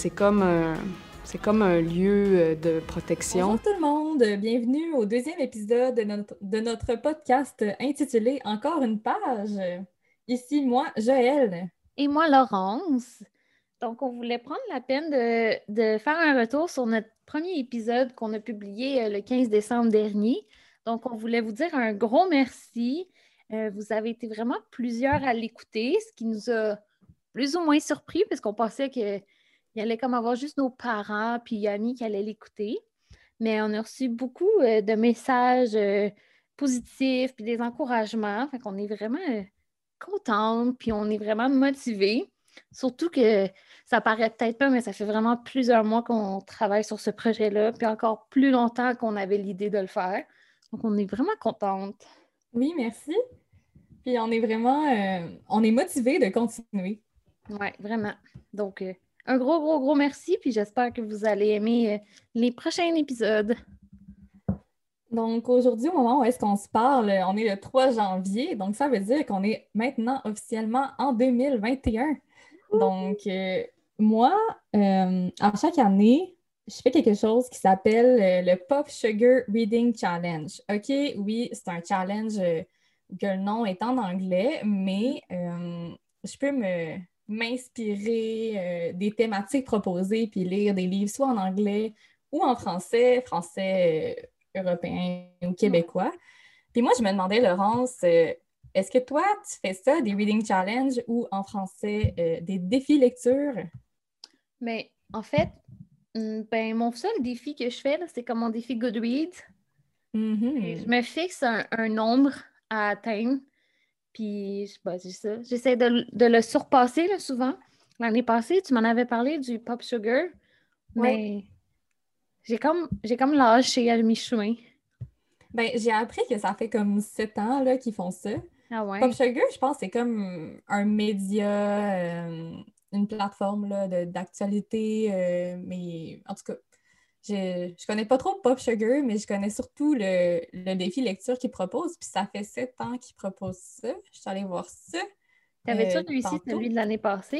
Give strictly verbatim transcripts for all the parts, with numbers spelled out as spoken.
c'est comme un, c'est comme un lieu euh, de protection. Bonjour tout le monde, bienvenue au deuxième épisode de notre, de notre podcast intitulé Encore une page. Ici, moi, Joël. Et moi, Laurence. Donc, on voulait prendre la peine de, de faire un retour sur notre premier épisode qu'on a publié euh, le quinze décembre dernier. Donc, on voulait vous dire un gros merci. Euh, vous avez été vraiment plusieurs à l'écouter, ce qui nous a plus ou moins surpris parce qu'on pensait qu'il y allait comme avoir juste nos parents puis amis qui allaient l'écouter. Mais on a reçu beaucoup euh, de messages euh, positifs puis des encouragements. Fait qu'on est vraiment euh, contente puis on est vraiment motivés. Surtout que ça paraît peut-être pas, mais ça fait vraiment plusieurs mois qu'on travaille sur ce projet-là, puis encore plus longtemps qu'on avait l'idée de le faire. Donc, on est vraiment contente. Oui, merci. Puis on est vraiment, euh, on est motivés de continuer. Oui, vraiment. Donc, euh, un gros, gros, gros merci, puis j'espère que vous allez aimer euh, les prochains épisodes. Donc aujourd'hui, au moment où est-ce qu'on se parle, on est le trois janvier, donc ça veut dire qu'on est maintenant officiellement en deux mille vingt et un. Donc euh, moi, euh, à chaque année, je fais quelque chose qui s'appelle euh, le Pop Sugar Reading Challenge. OK, oui, c'est un challenge euh, que le nom est en anglais, mais euh, je peux me m'inspirer euh, des thématiques proposées puis lire des livres soit en anglais ou en français, français euh, européen ou québécois. Puis moi, je me demandais, Laurence, euh, est-ce que toi, tu fais ça, des reading challenge ou en français, euh, des défis lecture? Mais en fait, mm, ben, mon seul défi que je fais, là, c'est comme mon défi Goodreads. Et je Mhm. me fixe un, un nombre à atteindre. Puis, ben, c'est ça. J'essaie de, de le surpasser là, souvent. L'année passée, tu m'en avais parlé du Pop Sugar, Ouais. mais j'ai comme, j'ai comme lâché à mi-chemin. Ben, j'ai appris que ça fait comme sept ans là, qu'ils font ça. Ah Pop ouais? Sugar, je pense, c'est comme un média, euh, une plateforme là, de- d'actualité, euh, mais en tout cas, je, je connais pas trop Pop Sugar, mais je connais surtout le, le défi lecture qu'ils proposent, puis ça fait sept ans qu'ils proposent ça. Je suis allée voir ça T'avais-tu euh, réussi celui tantôt. de l'année passée?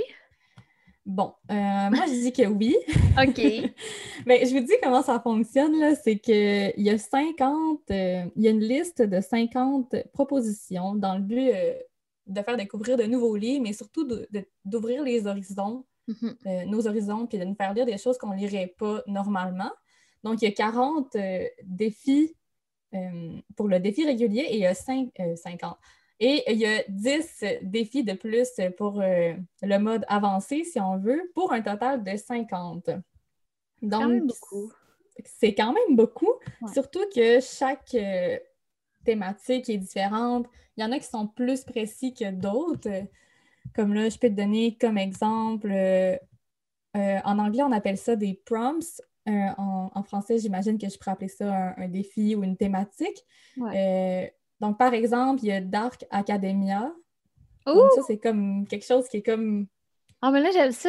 Bon, euh, moi, je dis que oui. OK. Mais je vous dis comment ça fonctionne, là, c'est qu'il y a cinquante, euh, il y a une liste de cinquante propositions dans le but euh, de faire découvrir de nouveaux livres, mais surtout de- de- d'ouvrir les horizons, Mhm. euh, nos horizons, puis de nous faire lire des choses qu'on ne lirait pas normalement. Donc, il y a quarante euh, défis euh, pour le défi régulier et il y a cinq, euh, cinquante. Et il y a dix défis de plus pour euh, le mode avancé, si on veut, pour un total de cinquante. C'est quand Donc, même beaucoup. c'est quand même beaucoup, Ouais. surtout que chaque euh, thématique est différente. Il y en a qui sont plus précis que d'autres. Comme là, je peux te donner comme exemple, euh, euh, en anglais, on appelle ça des prompts. Euh, en, en français, j'imagine que je pourrais appeler ça un, un défi ou une thématique. Ouais. Euh, donc, par exemple, il y a Dark Academia. Donc, ça, Ouh! c'est comme quelque chose qui est comme Ah, mais là, j'aime ça.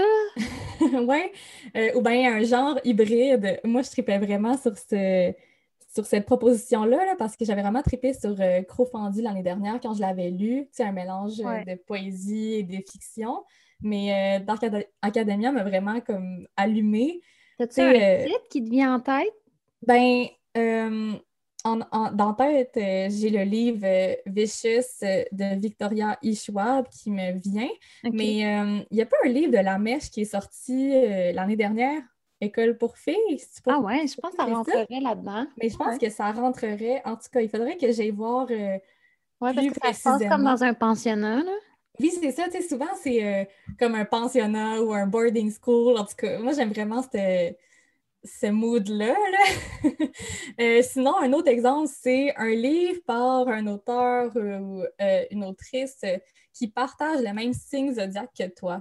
ouais, euh, ou bien un genre hybride. Moi, je tripais vraiment sur ce, sur cette proposition-là, là, parce que j'avais vraiment trippé sur euh, Crofendu l'année dernière quand je l'avais lu. C'est un mélange euh, Ouais. de poésie et de fiction. Mais euh, Dark Ad- Academia m'a vraiment comme allumée. T'as-tu Tu un sais, euh, titre qui te vient en tête? ben, euh, en, en- dans tête, euh, j'ai le livre euh, Vicious euh, de Victoria E. Schwab qui me vient. OK. Mais euh, il n'y a pas un livre de La Mèche qui est sorti euh, l'année dernière, École pour filles, c'est pas, Ah ouais, je c'est pense que pas ça c'est ça? rentrerait là-dedans. Mais je pense Ouais. que ça rentrerait. En tout cas, il faudrait que j'aille voir euh, Ouais, parce plus que ça se passe comme précisément. dans un pensionnat, là. Oui, c'est ça, tu sais, souvent c'est euh, comme un pensionnat ou un boarding school. En tout cas, moi j'aime vraiment cette ce mood-là. Là. Euh, sinon, un autre exemple, c'est un livre par un auteur euh, ou euh, une autrice euh, qui partage le même signe zodiaque que toi.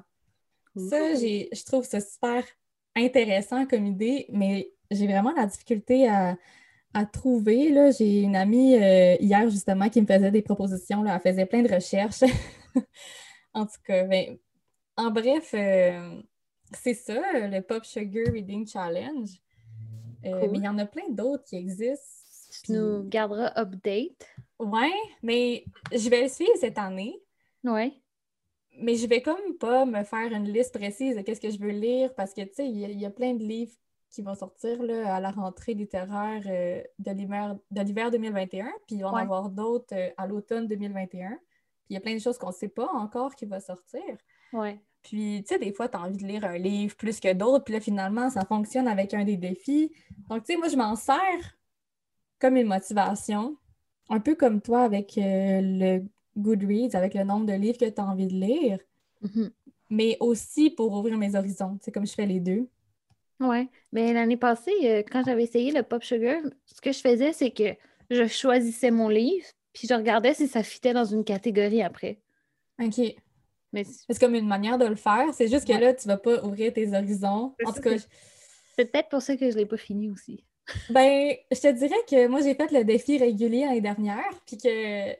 Ça, Ouh. j'ai, je trouve ça super intéressant comme idée, mais j'ai vraiment la difficulté à, à trouver. Là. J'ai une amie euh, hier, justement, qui me faisait des propositions. Là. Elle faisait plein de recherches. En tout cas, ben, en bref, euh, c'est ça, le Pop Sugar Reading Challenge. Euh, mais Cool. il y en a plein d'autres qui existent. Tu nous Puis, garderas update. ouais, mais je vais le suivre cette année. Ouais. mais je vais comme pas me faire une liste précise de qu'est-ce que je veux lire parce que, tu sais, il y, a il y a plein de livres qui vont sortir là, à la rentrée littéraire euh, de l'hiver de l'hiver deux mille vingt et un, puis il va en Ouais. avoir d'autres euh, à l'automne deux mille vingt et un. Puis il y a plein de choses qu'on ne sait pas encore qui vont sortir. Ouais. Puis, tu sais, des fois, tu as envie de lire un livre plus que d'autres, puis là, finalement, ça fonctionne avec un des défis. Donc, tu sais, moi, je m'en sers comme une motivation, un peu comme toi avec euh, le Goodreads, avec le nombre de livres que tu as envie de lire, Mhm. mais aussi pour ouvrir mes horizons. C'est comme je fais les deux. Ouais. Mais l'année passée, euh, quand j'avais essayé le Pop Sugar, ce que je faisais, c'est que je choisissais mon livre, puis je regardais si ça fitait dans une catégorie après. OK. Mais c- C'est comme une manière de le faire. C'est juste que ouais, là, tu vas pas ouvrir tes horizons. c'est En tout ça, cas, c'est je- c'est peut-être pour ça que je l'ai pas fini aussi. ben, je te dirais que moi, j'ai fait le défi régulier l'année dernière, puis que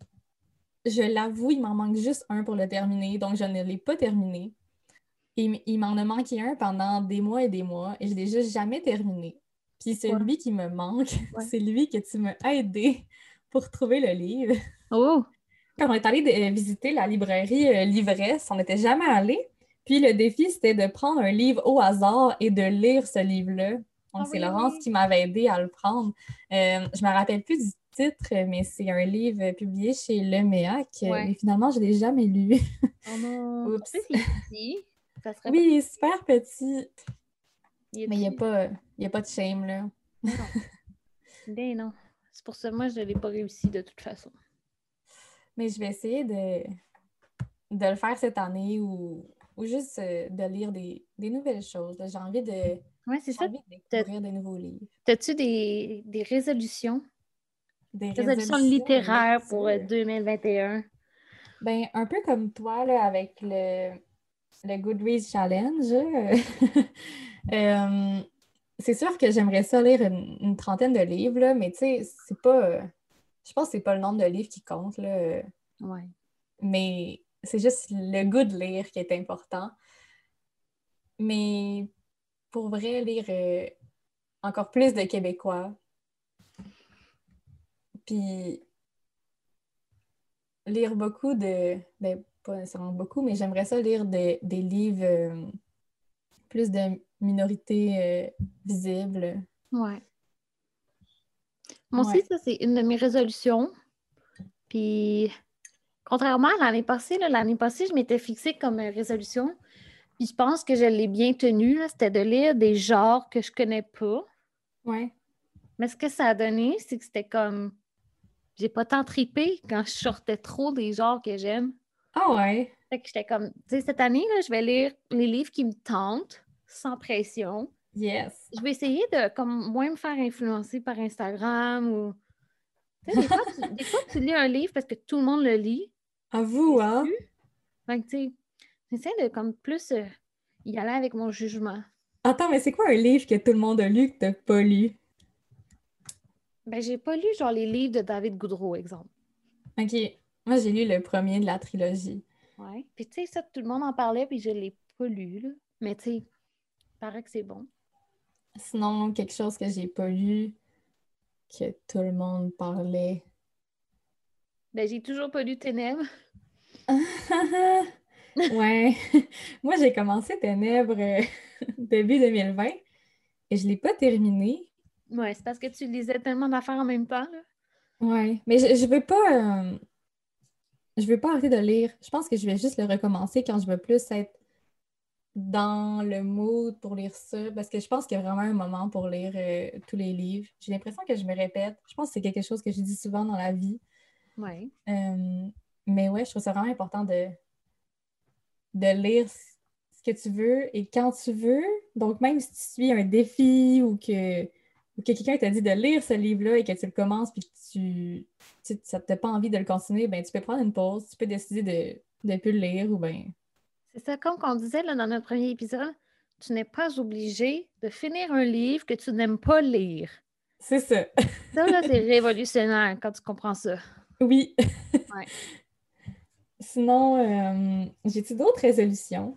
je l'avoue, il m'en manque juste un pour le terminer, donc je ne l'ai pas terminé. Il, il m'en a manqué un pendant des mois et des mois, et je l'ai juste jamais terminé. Puis Ouais. celui qui me manque, Ouais. c'est lui que tu m'as aidé pour trouver le livre. Oh! Quand on est allé de- euh, visiter la librairie euh, Livresse, on n'était jamais allé. Puis le défi, c'était de prendre un livre au hasard et de lire ce livre-là. Ah Donc, c'est Laurence oui! qui m'avait aidé à le prendre. Euh, je me rappelle plus du titre, mais c'est un livre publié chez Leméac, mais Ouais. finalement, je ne l'ai jamais lu. Oh non! En plus, Oups. il est petit. Ça serait pas. Oui, il est super petit, Il mais il n'y a est-tu? pas, il y a pas de shame, là. Mais non. Ben non. C'est pour ça que moi, je l'ai pas réussi de toute façon. Mais je vais essayer de, de le faire cette année ou, ou juste euh, de lire des, des nouvelles choses. là. J'ai envie de, Ouais, c'est j'ai ça. envie de T'as- découvrir de nouveaux livres. T'as-tu des, des résolutions? Des Résolutions résolutions de littéraires pour euh, lecture. deux mille vingt et un? Ben, un peu comme toi, là, avec le, le Goodreads Challenge. euh, euh, c'est sûr que j'aimerais ça lire une, une trentaine de livres, là, mais tu sais, c'est pas. euh, je pense que c'est pas le nombre de livres qui compte, là, euh, Ouais. mais c'est juste le goût de lire qui est important. Mais pour vrai, lire euh, encore plus de Québécois, puis lire beaucoup de. Ben, pas nécessairement beaucoup, mais j'aimerais ça lire de- des livres euh, plus de minorités euh, visibles. Ouais. Moi aussi, Ouais. ça, c'est une de mes résolutions. Puis, contrairement à l'année passée, là, l'année passée, je m'étais fixée comme euh, résolution. Puis, je pense que je l'ai bien tenue. là, C'était de lire des genres que je connais pas. Ouais. Mais ce que ça a donné, c'est que c'était comme. J'ai pas tant tripé quand je sortais trop des genres que j'aime. Ah ouais. Fait que j'étais comme, tu sais, cette année, là, je vais lire les livres qui me tentent, sans pression. Yes. Je vais essayer de comme moins me faire influencer par Instagram ou. Tu sais, des fois, tu, des fois, tu lis un livre parce que tout le monde le lit. À vous, hein? Déçu. Fait que, tu sais, j'essaie de comme plus euh, y aller avec mon jugement. Attends, mais c'est quoi un livre que tout le monde a lu que t'as pas lu? Ben, j'ai pas lu genre les livres de David Goudreau, exemple. Ok. Moi, j'ai lu le premier de la trilogie. Ouais. Puis tu sais, ça, tout le monde en parlait, puis je l'ai pas lu, là. Mais tu sais, il paraît que c'est bon. Sinon, quelque chose que j'ai pas lu, que tout le monde parlait. Ben, j'ai toujours pas lu Ténèbres. Ouais. Moi, j'ai commencé Ténèbres euh, début deux mille vingt et je l'ai pas terminé. Ouais, c'est parce que tu lisais tellement d'affaires en même temps, là. Ouais. Mais je, je veux pas. euh, je veux pas arrêter de lire. Je pense que je vais juste le recommencer quand je veux plus être dans le mood pour lire ça, parce que je pense qu'il y a vraiment un moment pour lire euh, tous les livres. J'ai l'impression que je me répète. Je pense que c'est quelque chose que je dis souvent dans la vie. Ouais. Euh, mais ouais, je trouve ça vraiment important de, de lire ce que tu veux et quand tu veux. Donc, même si tu suis un défi ou que, ou que quelqu'un t'a dit de lire ce livre-là et que tu le commences puis que tu, tu ça t'a pas envie de le continuer, ben tu peux prendre une pause, tu peux décider de ne plus le lire ou ben C'est ça, comme on disait là, dans notre premier épisode, tu n'es pas obligé de finir un livre que tu n'aimes pas lire. c'est ça. Ça, là, c'est révolutionnaire quand tu comprends ça. Oui. Ouais. Sinon, euh, j'ai-tu d'autres résolutions?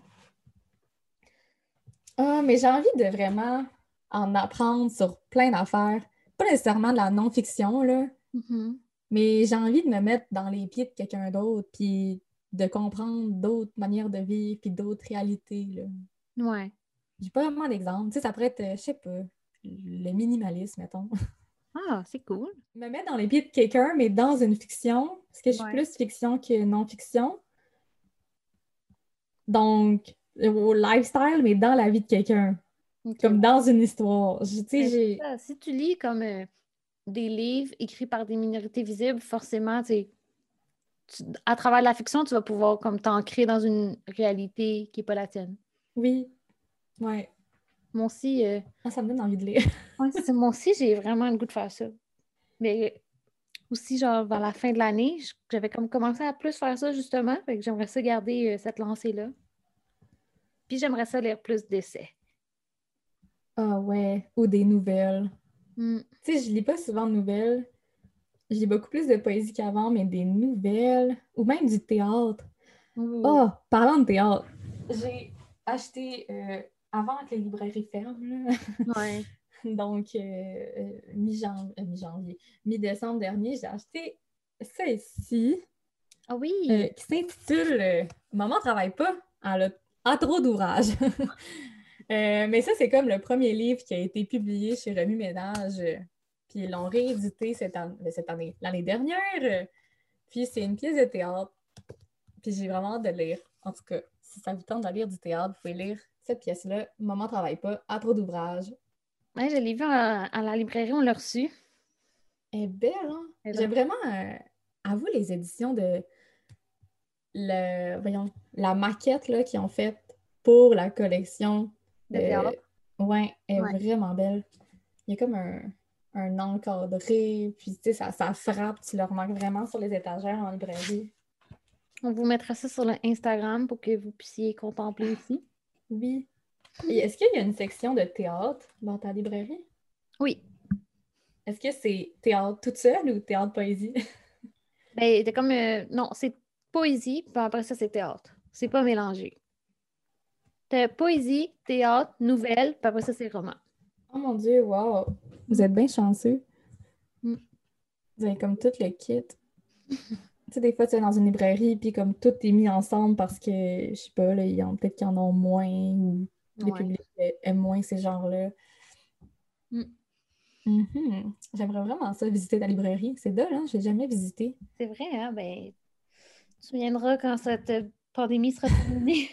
Ah, mais j'ai envie de vraiment en apprendre sur plein d'affaires. Pas nécessairement de la non-fiction, là, Mhm. mais j'ai envie de me mettre dans les pieds de quelqu'un d'autre, puis de comprendre d'autres manières de vivre puis d'autres réalités, là. Ouais. J'ai pas vraiment d'exemple. Tu sais, ça pourrait être, euh, je sais pas, le minimalisme, mettons. Ah, c'est cool. Me mettre dans les pieds de quelqu'un, mais dans une fiction, parce que je suis Ouais. plus fiction que non-fiction. Donc, euh, au lifestyle, mais dans la vie de quelqu'un. Ok, Comme ouais. dans une histoire. Je- Tu sais, Ben, c'est j'ai... ça. Si tu lis comme euh, des livres écrits par des minorités visibles, forcément, tu sais, tu- à travers la fiction, tu vas pouvoir comme t'ancrer dans une réalité qui n'est pas la tienne. Oui, ouais. Moi aussi, euh, Ah, ça me donne envie de lire. ouais, c'est moi aussi, j'ai vraiment le goût de faire ça. Mais aussi, genre, vers la fin de l'année, j- j'avais comme commencé à plus faire ça, justement. Fait que j'aimerais ça garder euh, cette lancée-là. Puis j'aimerais ça lire plus d'essais. Ah ouais, ou des nouvelles. Hmm. Tu sais, je lis pas souvent de nouvelles. Je lis beaucoup plus de poésie qu'avant, mais des nouvelles, ou même du théâtre. Ouh. Oh, parlant de théâtre, j'ai acheté, euh, avant que les librairies ferment, là, Ouais. donc euh, euh, mi-jan- euh, mi-janvier, mi-décembre dernier, j'ai acheté ça ici, Ah euh, oui! qui s'intitule euh, Maman travaille pas, elle a, a trop d'ouvrages. Euh, mais ça, c'est comme le premier livre qui a été publié chez Remu Ménage. euh, Puis ils l'ont réédité cette, an- euh, cette année, l'année dernière. euh, Puis c'est une pièce de théâtre. Puis j'ai vraiment hâte de le lire. En tout cas, si ça vous tente de lire du théâtre, vous pouvez lire cette pièce-là. Maman travaille pas, a trop d'ouvrages. Ouais, je l'ai vu à, à la librairie, on l'a reçu. Elle est belle, hein? Elle est J'aime vraiment- vraiment, euh, à vous, les éditions de le, voyons, la maquette là, qu'ils ont faite pour la collection. de Euh, théâtre. ouais, elle est Ouais. vraiment belle. Il y a comme un, un encadré, puis tu sais, ça, ça frappe, tu le remarques vraiment sur les étagères en librairie. On vous mettra ça sur le Instagram pour que vous puissiez contempler aussi. Oui. Et est-ce qu'il y a une section de théâtre dans ta librairie? Oui. Est-ce que c'est théâtre toute seule ou théâtre poésie? Ben, c'est comme. euh, non, c'est poésie, puis après ça, c'est théâtre. C'est pas mélangé. T'as poésie, théâtre, nouvelle, puis après ça, c'est roman. Oh mon Dieu, wow! Vous êtes bien chanceux. Mm. Vous avez comme tout le kit. Tu sais, des fois, tu es dans une librairie, puis comme tout est mis ensemble parce que, je sais pas, là, ils ont- peut-être qu'ils en ont moins ou les Ouais. publics euh, aiment moins ces genres-là. Mm. Mhm. J'aimerais vraiment ça, visiter ta librairie. C'est dole, hein? Je l'ai jamais visité. C'est vrai, hein? Ben, tu viendras quand cette euh, pandémie sera terminée.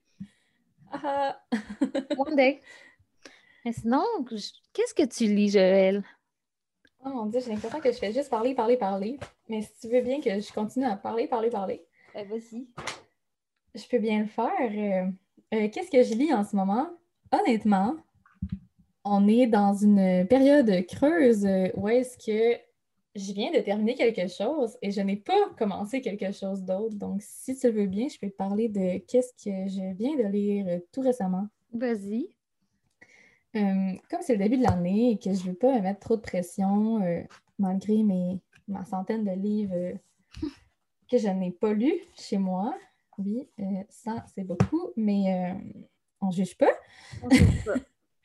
Ah! One day. Mais sinon, je- qu'est-ce que tu lis, Joël? Oh mon Dieu, j'ai l'impression que je fais juste parler, parler, parler. Mais si tu veux bien que je continue à parler, parler, parler, Ben, vas-y. je peux bien le faire. Euh, euh, qu'est-ce que je lis en ce moment? Honnêtement, on est dans une période creuse euh, où est-ce que je viens de terminer quelque chose et je n'ai pas commencé quelque chose d'autre. Donc, si tu le veux bien, je peux te parler de qu'est-ce que je viens de lire euh, tout récemment. Vas-y. Euh, comme c'est le début de l'année et que je ne veux pas me mettre trop de pression, euh, malgré mes, ma centaine de livres euh, que je n'ai pas lus chez moi. Oui, euh, ça, c'est beaucoup, mais euh, on ne juge pas. On sait pas.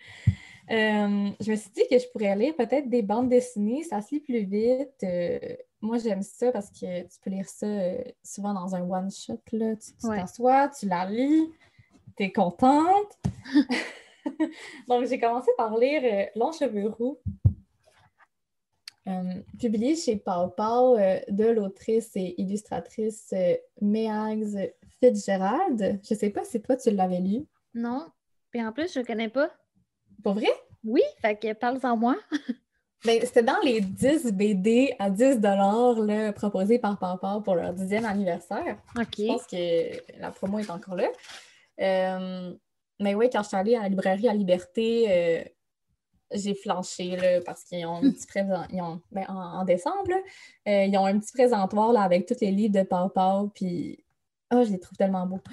Euh, je me suis dit que je pourrais lire peut-être des bandes dessinées, ça se lit plus vite. Euh, moi, j'aime ça parce que tu peux lire ça euh, souvent dans un one-shot, là. Tu tu Ouais. t'assois, tu la lis, tu es contente. Donc, j'ai commencé par lire euh, Long Cheveux Roux, euh, publié chez Pau Pau euh, de l'autrice et illustratrice euh, Meags Fitzgerald. Je sais pas si toi, tu l'avais lu. Non. Puis en plus, je connais pas. Pour vrai? Oui, fait que parle-en moi. Ben, c'était dans les dix B D à dix dollars là, proposés par Papa pour leur dixième anniversaire. OK. Je pense que la promo est encore là. Euh, mais oui, quand je suis allée à la librairie à Liberté, euh, j'ai flanché là, parce qu'ils ont un petit présent. Ils ont, ben, en, en décembre, là, euh, ils ont un petit présentoir là, avec tous les livres de Papa. Puis, oh, je les trouve tellement beaux.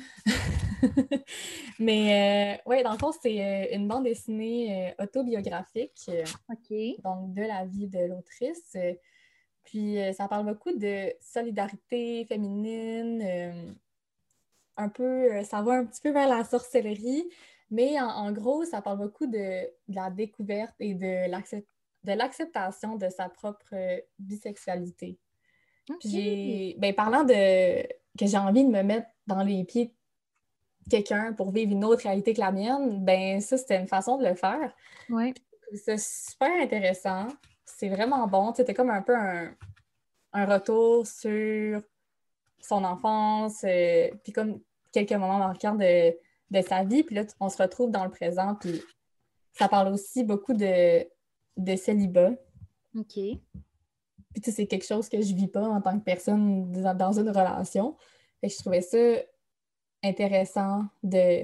Mais euh, ouais, dans le fond, c'est euh, une bande dessinée euh, autobiographique. euh, OK. donc de la vie de l'autrice. Euh, Puis euh, ça parle beaucoup de solidarité féminine, euh, un peu, euh, ça va un petit peu vers la sorcellerie, mais en, en gros, ça parle beaucoup de, de la découverte et de l'accept- de l'acceptation de sa propre euh, bisexualité. Puis OK. j'ai, ben parlant de que j'ai envie de me mettre dans les pieds de quelqu'un pour vivre une autre réalité que la mienne, ben ça, c'était une façon de le faire. Ouais. C'est super intéressant. C'est vraiment bon. C'était comme un peu un, un retour sur son enfance, euh, puis comme quelques moments marquants de, de sa vie. Puis là, on se retrouve dans le présent. Puis ça parle aussi beaucoup de, de célibat. OK. Puis tu sais, c'est quelque chose que je vis pas en tant que personne dans, dans une relation. Fait que je trouvais ça intéressant de,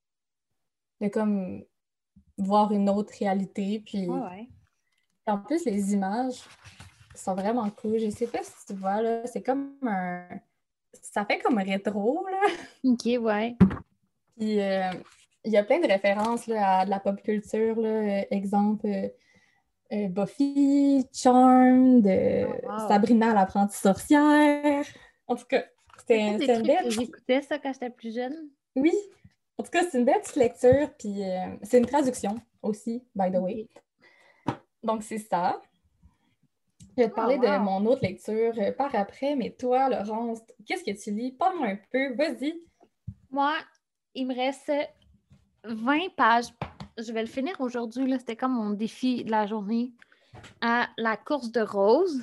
de comme voir une autre réalité. Puis Ouais, ouais. en plus, les images sont vraiment cool. Je sais pas si tu vois, là, c'est comme un... Ça fait comme rétro, là. OK, ouais. Puis euh, il y a plein de références là, à de la pop culture, là. Euh, exemple, euh, euh, Buffy, Charmed, de Oh, wow. Sabrina l'apprentie sorcière. En tout cas, C'est tous c'était des c'était une trucs belle... que j'écoutais ça quand j'étais plus jeune. Oui, en tout cas, c'est une belle petite lecture, puis euh, c'est une traduction aussi, by the way. OK. Donc, c'est ça. Je vais te Oh, parler de wow. mon autre lecture euh, par après, mais toi, Laurence, qu'est-ce que tu lis? Parle-moi un peu, vas-y. Moi, il me reste vingt pages. Je vais le finir aujourd'hui, là. C'était comme mon défi de la journée à la course de Rose.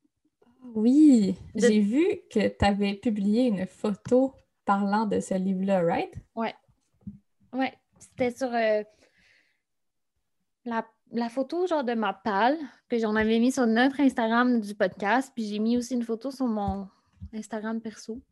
Oui, De... j'ai vu que tu avais publié une photo parlant de ce livre-là, right? Ouais. Ouais. C'était sur euh, la, la photo genre de ma palle que j'en avais mis sur notre Instagram du podcast. Puis j'ai mis aussi une photo sur mon Instagram perso.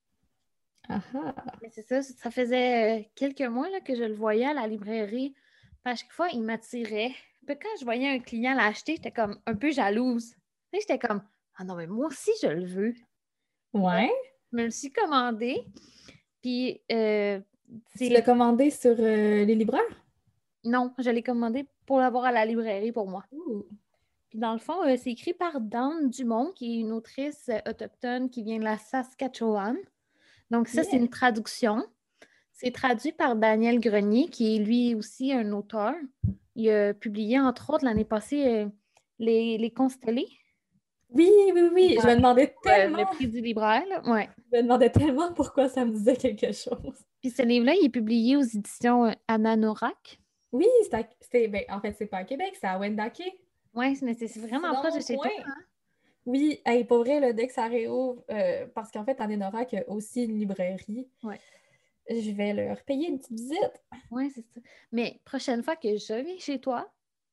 Ah ah. Mais c'est ça, ça faisait euh, quelques mois là, que je le voyais à la librairie. Puis à chaque fois, il m'attirait. Puis quand je voyais un client l'acheter, j'étais comme un peu jalouse. Tu sais, j'étais comme, ah non, mais moi aussi, je le veux. Ouais? Je me le suis commandé. Puis euh, Tu l'as c'est... commandé sur euh, les libraires? Non, je l'ai commandé pour l'avoir à la librairie pour moi. Ouh. Puis dans le fond, euh, c'est écrit par Dawn Dumont, qui est une autrice euh, autochtone qui vient de la Saskatchewan. Donc ça, c'est Yeah. une traduction. C'est traduit par Daniel Grenier, qui est lui aussi un auteur. Il a publié, entre autres, l'année passée, euh, Les, Les Constellés. Oui, oui, oui, je me demandais Euh, le tellement, prix du libraire, là. Ouais. je me demandais tellement pourquoi ça me disait quelque chose. Puis ce livre-là, il est publié aux éditions euh, Ananorak. Oui, c'est à- c'est, ben, en fait, c'est pas à Québec, c'est à Wendake. Oui, mais c'est c'est C'est vraiment dans proche de mon chez coin. toi, hein? Oui, hey, pour vrai, là, dès que ça réouvre, euh, parce qu'en fait, Andénorac a aussi une librairie, Ouais. je vais leur payer une petite visite. Oui, c'est ça. Mais prochaine fois que je viens chez toi,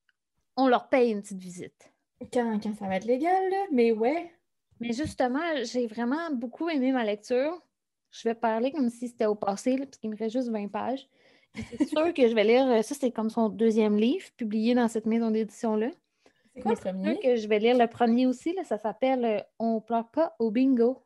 on leur paye une petite visite. Quand, quand ça va être légal, là, mais ouais. Mais justement, j'ai vraiment beaucoup aimé ma lecture. Je vais parler comme si c'était au passé, là, parce qu'il me reste juste vingt pages. Puis c'est sûr que je vais lire, euh, ça c'est comme son deuxième livre, publié dans cette maison d'édition-là. C'est quoi Mais le c'est sûr premier? que je vais lire le premier aussi, là, ça s'appelle euh, On pleure pas au bingo.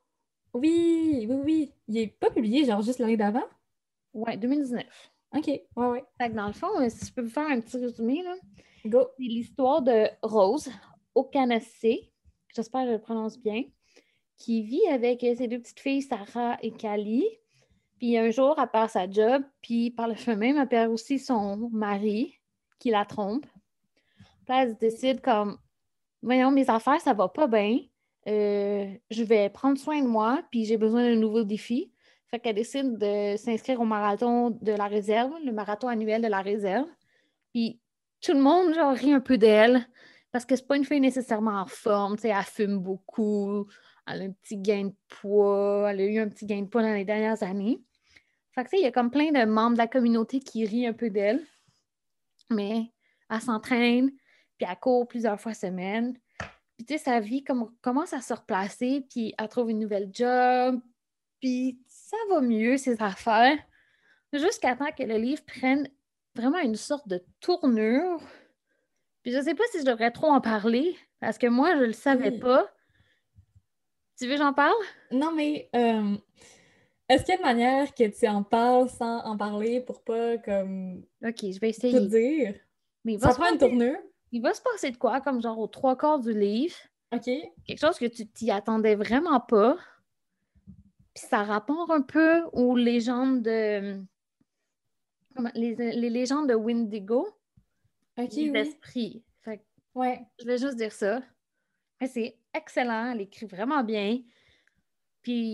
Oui, oui, oui. Il est pas publié, genre juste l'année d'avant? Ouais, deux mille dix-neuf. Ok, ouais, ouais. Fait que dans le fond, euh, si je peux vous faire un petit résumé, là, Go. c'est l'histoire de Rose, Okanase, j'espère que je le prononce bien, qui vit avec euh, ses deux petites filles, Sarah et Kali. Puis un jour, elle perd sa job, puis par le fait même, elle perd aussi son mari qui la trompe. Puis là, elle se décide comme, voyons, mes affaires, ça va pas bien. Euh, je vais prendre soin de moi, puis j'ai besoin d'un nouveau défi. Fait qu'elle décide de s'inscrire au marathon de la réserve, le marathon annuel de la réserve. Puis tout le monde, genre, rit un peu d'elle, parce que c'est pas une fille nécessairement en forme, tu sais, elle fume beaucoup, elle a un petit gain de poids, elle a eu un petit gain de poids dans les dernières années. Fait que, tu sais, il y a comme plein de membres de la communauté qui rient un peu d'elle, mais elle s'entraîne, puis elle court plusieurs fois semaine. Puis, tu sais, sa vie comme, commence à se replacer, puis elle trouve une nouvelle job, puis ça va mieux, ses affaires, jusqu'à temps que le livre prenne vraiment une sorte de tournure. Puis je sais pas si je devrais trop en parler, parce que moi, je le savais Oui. pas. Tu veux que j'en parle? Non, mais euh, est-ce qu'il y a une manière que tu en parles sans en parler pour pas, comme, OK, je vais tout essayer. dire? Mais il va Ça se prend une passer, tournure. il va se passer de quoi, comme genre aux trois quarts du livre? OK. Quelque chose que tu t'y attendais vraiment pas. Puis ça rapporte un peu aux légendes de... comment- les, les légendes de Wendigo, OK, les oui. esprits. Fait que Ouais. je vais juste dire ça. Mais c'est excellent, elle écrit vraiment bien. Puis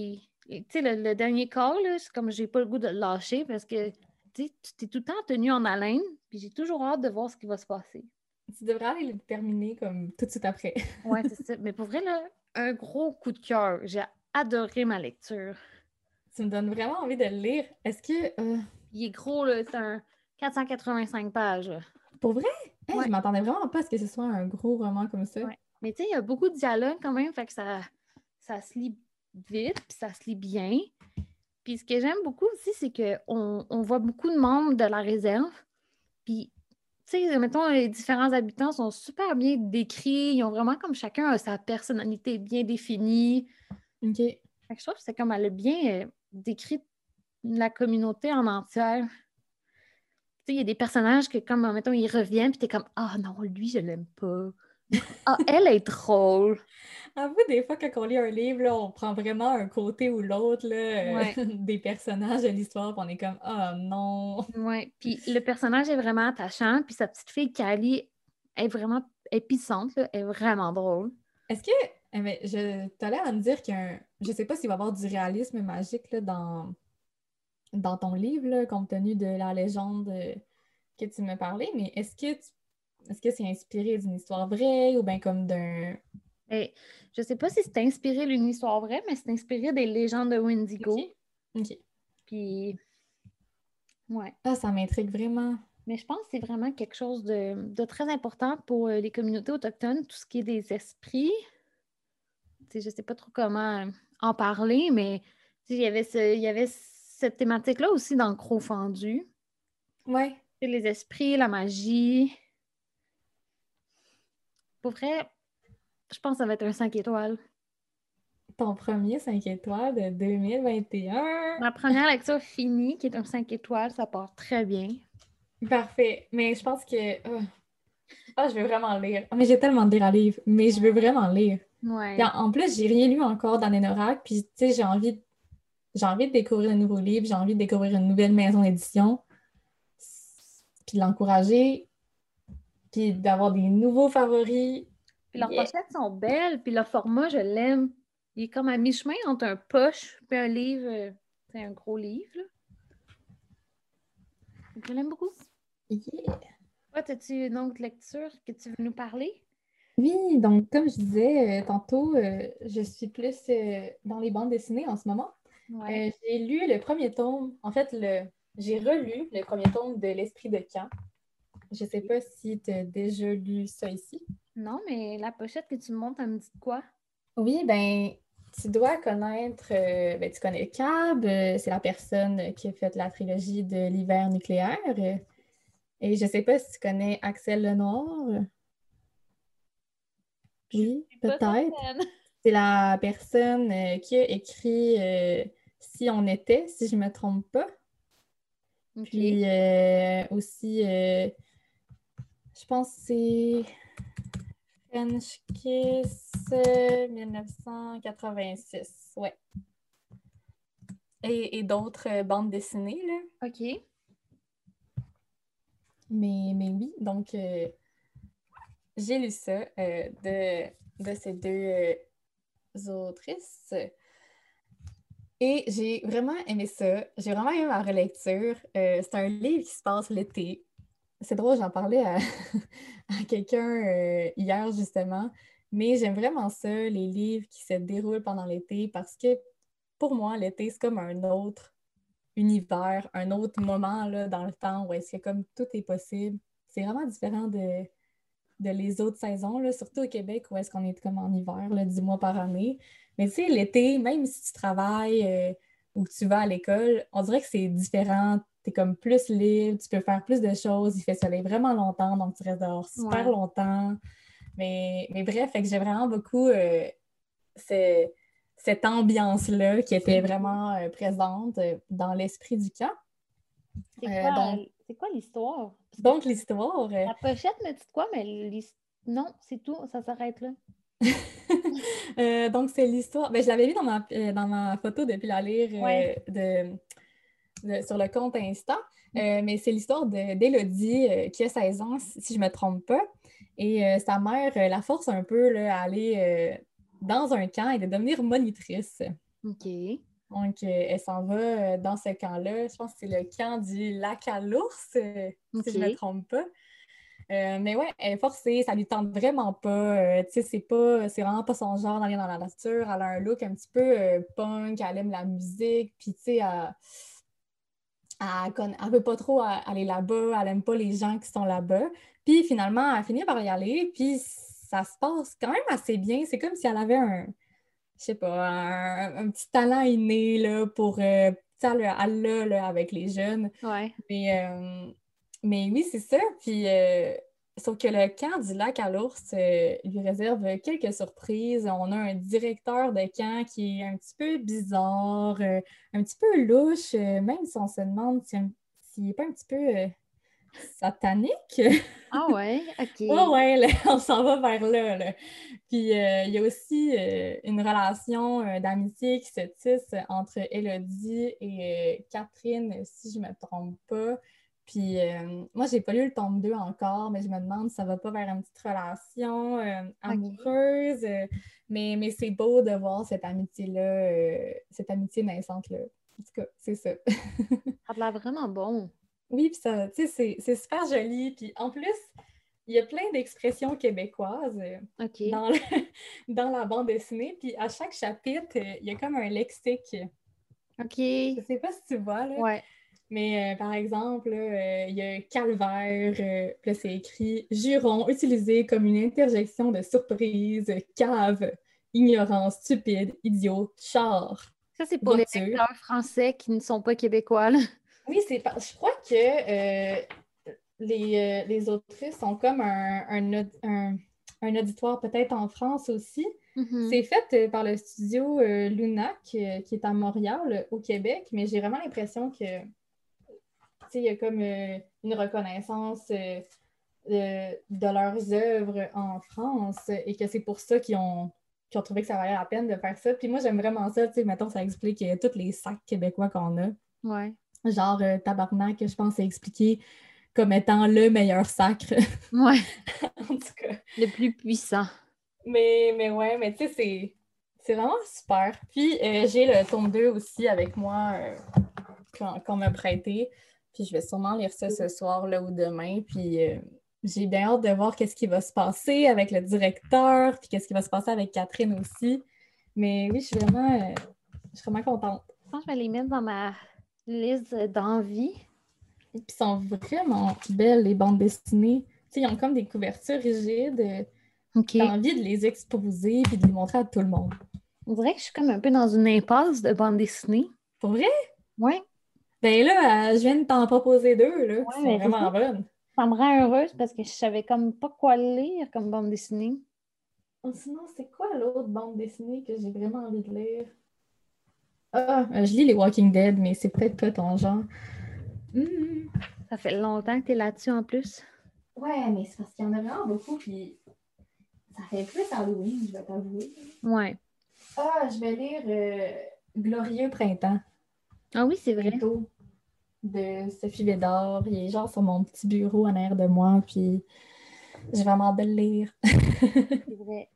tu sais, le, le dernier corps, là, c'est comme j'ai pas le goût de le lâcher parce que tu sais, tu t'es tout le temps tenu en haleine, puis j'ai toujours hâte de voir ce qui va se passer. Tu devrais aller le terminer comme tout de suite après. Ouais, c'est ça. Mais pour vrai, là, un gros coup de cœur. J'ai adoré ma lecture. Tu me donnes vraiment envie de le lire. Est-ce que... euh, Il est gros, là, c'est un quatre cent quatre-vingt-cinq pages. là. Pour vrai? Hein, Ouais. Je m'attendais vraiment pas à ce que ce soit un gros roman comme ça. Ouais. Mais tu sais, il y a beaucoup de dialogue quand même, fait que ça, ça se lit vite, puis ça se lit bien. Puis ce que j'aime beaucoup aussi, c'est qu'on on voit beaucoup de membres de la réserve. Puis, tu sais, mettons, les différents habitants sont super bien décrits. Ils ont vraiment comme chacun a sa personnalité bien définie. OK. Fait que je trouve que c'est comme elle a bien euh, décrit la communauté en entière. Tu sais, il y a des personnages que, comme, mettons, ils reviennent, puis t'es comme, ah non, lui, je l'aime pas. Ah, elle est drôle. Avoue, des fois, quand on lit un livre, là, on prend vraiment un côté ou l'autre là, euh, Ouais. des personnages de l'histoire, puis on est comme « Ah non! Ouais. Puis le personnage est vraiment attachant, puis sa petite fille, Cali, est vraiment épissante, là, est vraiment drôle. » Est-ce que... eh ben, je t'as l'air à me dire qu'un... Je sais pas s'il va y avoir du réalisme magique là, dans... dans ton livre, là, compte tenu de la légende euh, que tu me parlais, mais est-ce que tu... est-ce que c'est inspiré d'une histoire vraie ou bien comme d'un... Et je sais pas si c'est inspiré d'une histoire vraie, mais c'est inspiré des légendes de Wendigo. OK. OK. Puis, ouais. Ah, ça m'intrigue vraiment. Mais je pense que c'est vraiment quelque chose de, de très important pour euh, les communautés autochtones, tout ce qui est des esprits. Tu sais, je sais pas trop comment euh, en parler, mais tu sais, il y avait ce- il y avait cette thématique-là aussi dans le Croc fendu. Ouais. Tu sais, les esprits, la magie. Pour vrai, je pense que ça va être un cinq étoiles. Ton premier cinq étoiles de deux mille vingt et un. Ma première lecture finie, qui est un cinq étoiles, ça part très bien. Parfait. Mais je pense que... ah, ah, je veux vraiment le lire. Ah, mais j'ai tellement de lire à lire, mais je veux vraiment le lire. Puis Ouais. en, en plus, j'ai rien lu encore d'Annénorak, puis tu sais, j'ai envie, j'ai envie de découvrir un nouveau livre, j'ai envie de découvrir une nouvelle maison d'édition, puis de l'encourager, puis d'avoir des nouveaux favoris. Puis leurs Yeah. pochettes sont belles, puis leur format, je l'aime. Il est comme à mi-chemin entre un poche puis un livre, euh, c'est un gros livre. Là. Donc, je l'aime beaucoup. Yeah. Toi, as-tu une autre lecture que tu veux nous parler? Oui, donc comme je disais euh, tantôt, euh, je suis plus euh, dans les bandes dessinées en ce moment. Ouais. Euh, j'ai lu le premier tome, en fait, le, j'ai relu le premier tome de L'Esprit de Camp. Je sais pas si tu as déjà lu ça ici. Non, mais la pochette que tu me montres, elle me dit de quoi? Oui, ben, tu dois connaître, euh, ben, tu connais Cab, euh, c'est la personne qui a fait la trilogie de l'hiver nucléaire. euh, et je sais pas si tu connais Axel Lenoir. Oui, Je suis pas peut-être. certaine. C'est la personne euh, qui a écrit euh, Si on était, si je me trompe pas. OK. Puis euh, aussi, euh, je pense que c'est French Kiss euh, mille neuf cent quatre-vingt-six. Ouais. Et, et d'autres euh, bandes dessinées, là. OK. Mais, mais oui, donc euh, j'ai lu ça euh, de, de ces deux euh, autrices. Et j'ai vraiment aimé ça. J'ai vraiment aimé ma relecture. Euh, c'est un livre qui se passe l'été. C'est drôle, j'en parlais à, à quelqu'un euh, hier justement. Mais j'aime vraiment ça, les livres qui se déroulent pendant l'été, parce que pour moi, l'été, c'est comme un autre univers, un autre moment là, dans le temps où est-ce que comme tout est possible. C'est vraiment différent de, de les autres saisons, là, surtout au Québec où est-ce qu'on est comme en hiver, là, dix mois par année. Mais tu sais, l'été, même si tu travailles euh, ou que tu vas à l'école, on dirait que c'est différent. Tu es comme plus libre, tu peux faire plus de choses, il fait soleil vraiment longtemps, donc tu restes dehors super Ouais. longtemps. Mais, mais bref, fait que j'ai vraiment beaucoup euh, ce- cette ambiance-là qui était vraiment euh, présente euh, dans l'esprit du camp. C'est Euh, quoi, donc, c'est quoi l'histoire? Parce que donc l'histoire, euh, la pochette me dit de quoi, mais l'his- non, c'est tout, ça s'arrête là. Euh, donc, c'est l'histoire. Ben, je l'avais vu dans ma, euh, dans ma photo depuis la lire Ouais. euh, de, de- sur le compte Insta. Euh, mais c'est l'histoire de- d'Élodie euh, qui a seize ans, si, si je ne me trompe pas. Et euh, sa mère euh, la force un peu là, à aller euh, dans un camp et de devenir monitrice. OK. Donc, euh, elle s'en va euh, dans ce camp-là. Je pense que c'est le camp du lac à l'ours, euh, OK. si je ne me trompe pas. Euh, mais ouais, elle est forcée, ça lui tente vraiment pas. Euh, tu sais, c'est pas, c'est vraiment pas son genre d'aller dans la nature. Elle a un look un petit peu euh, punk, elle aime la musique, puis tu sais, elle, elle, conna- elle veut pas trop a- aller là-bas, elle aime pas les gens qui sont là-bas. Puis finalement, elle finit par y aller, puis ça se passe quand même assez bien. C'est comme si elle avait un, je sais pas, un, un petit talent inné là, pour, euh, tu sais, elle, elle l'a, là, avec les jeunes. Ouais. Mais, euh, mais oui, c'est ça. Puis, euh, sauf que le camp du lac à l'ours euh, lui réserve quelques surprises. On a un directeur de camp qui est un petit peu bizarre, euh, un petit peu louche, euh, même si on se demande si un- s'il n'est pas un petit peu euh, satanique. Ah ouais, OK. Ouais, ouais, là, on s'en va vers là, là. Puis euh, il y a aussi euh, une relation euh, d'amitié qui se tisse entre Élodie et euh, Catherine, si je ne me trompe pas. Puis euh, moi, j'ai pas lu le tome deux encore, mais je me demande si ça va pas vers une petite relation euh, OK. amoureuse. euh, mais mais c'est beau de voir cette amitié-là, euh, cette amitié naissante-là. En tout cas, c'est ça. Ça a l'air vraiment bon. Oui, puis ça, tu sais, c'est c'est super joli. Puis en plus, il y a plein d'expressions québécoises euh, OK. dans, le- dans la bande dessinée. Puis à chaque chapitre, euh, il y a comme un lexique. OK. Je sais pas si tu vois, là, Ouais. mais euh, par exemple, là, euh, il y a calvaire, euh, puis là, c'est écrit juron utilisé comme une interjection de surprise, cave, ignorant, stupide, idiot, char, Ça, c'est pour les voiture. lecteurs français qui ne sont pas québécois, là. Oui, c'est pas. Je crois que euh, les, euh, les autrices sont comme un, un, aud- un- un auditoire peut-être en France aussi. Mhm. C'est fait euh, par le studio euh, Lunac, euh, qui est à Montréal, euh, au Québec, mais j'ai vraiment l'impression que, tu sais, il y a comme euh, une reconnaissance euh, de, de leurs œuvres en France et que c'est pour ça qu'ils ont, qu'ils ont trouvé que ça valait la peine de faire ça. Puis moi, j'aime vraiment ça, tu sais, mettons, ça explique euh, tous les sacs québécois qu'on a. Ouais. Genre, euh, tabarnak, je pense, c'est expliqué comme étant le meilleur sacre, Ouais. en tout cas. Le plus puissant. Mais, mais ouais, mais tu sais, c'est, c'est vraiment super. Puis, euh, j'ai le tome deux aussi avec moi euh, qu'on, qu'on m'a prêté. Puis, je vais sûrement lire ça ce soir là, ou demain. Puis, euh, j'ai bien hâte de voir qu'est-ce qui va se passer avec le directeur, puis qu'est-ce qui va se passer avec Catherine aussi. Mais oui, je suis vraiment, euh, je suis vraiment contente. Je pense que je vais les mettre dans ma liste d'envie. Puis ils sont vraiment belles, les bandes dessinées. Tu sais, ils ont comme des couvertures rigides. euh, T'as OK. envie de les exposer puis de les montrer à tout le monde. On dirait que je suis comme un peu dans une impasse de bande dessinée. Pour vrai? Ouais. Ben là, euh, je viens de t'en proposer deux, là, qui Ouais, sont mais c'est ça. vraiment bonnes. Ça me rend heureuse parce que je savais comme pas quoi lire comme bande dessinée. Oh, sinon, c'est quoi l'autre bande dessinée que j'ai vraiment envie de lire? Ah, euh, je lis les Walking Dead, mais c'est peut-être pas ton genre. Hmm. Ça fait longtemps que tu es là-dessus en plus. Ouais, mais c'est parce qu'il y en a vraiment beaucoup, puis ça fait plus Halloween, je vais t'avouer. Ouais. Ah, je vais lire euh, Glorieux Printemps, Ah oui, c'est vrai. bientôt, de Sophie Bédard. Il est genre sur mon petit bureau en arrière de moi, puis j'ai vraiment hâte de le lire. C'est vrai.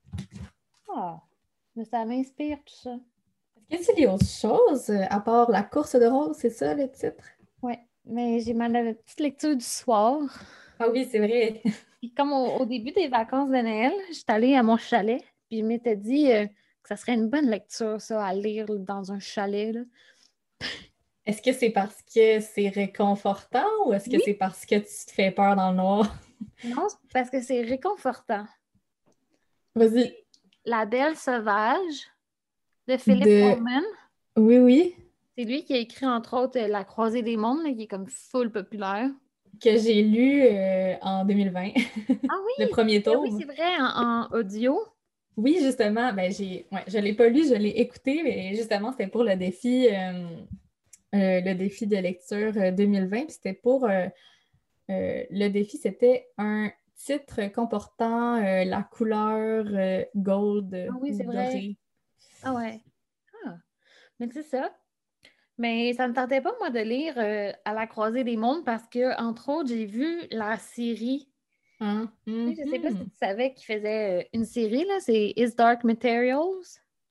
Ah, mais ça m'inspire tout ça. Est-ce que tu lis autre chose, euh, à part La course de rose, c'est ça le titre? Ouais, mais j'ai ma la petite lecture du soir. Ah oui, c'est vrai. Puis comme au, au début des vacances de Noël, j'étais allée à mon chalet, puis je m'étais dit euh, que ça serait une bonne lecture, ça, à lire dans un chalet, là. Est-ce que c'est parce que c'est réconfortant ou est-ce que Oui, c'est parce que tu te fais peur dans le noir? non, c'est parce que c'est réconfortant. Vas-y. La Belle sauvage de Philip De... Pullman. Oui, oui, C'est lui qui a écrit, entre autres, euh, La Croisée des mondes, là, qui est comme full populaire. que j'ai lu euh, en deux mille vingt. Ah Le oui! premier Ben oui, tome. c'est vrai, en, en audio. Oui, justement, ben j'ai, ouais, je l'ai pas lu, je l'ai écouté, mais justement, c'était pour le défi, euh, euh, le défi de lecture euh, deux mille vingt. Puis c'était pour euh, euh, le défi, c'était un titre comportant euh, la couleur euh, Ah gold oui, ou c'est vrai. dorée. Ah ouais. Ah, mais c'est ça. Mais ça ne me tentait pas, moi, de lire euh, À la croisée des mondes parce que, entre autres, j'ai vu la série. Hein? Tu sais, je ne sais pas si Mhm. tu savais qu'il faisait euh, une série, là, c'est Is Dark Materials.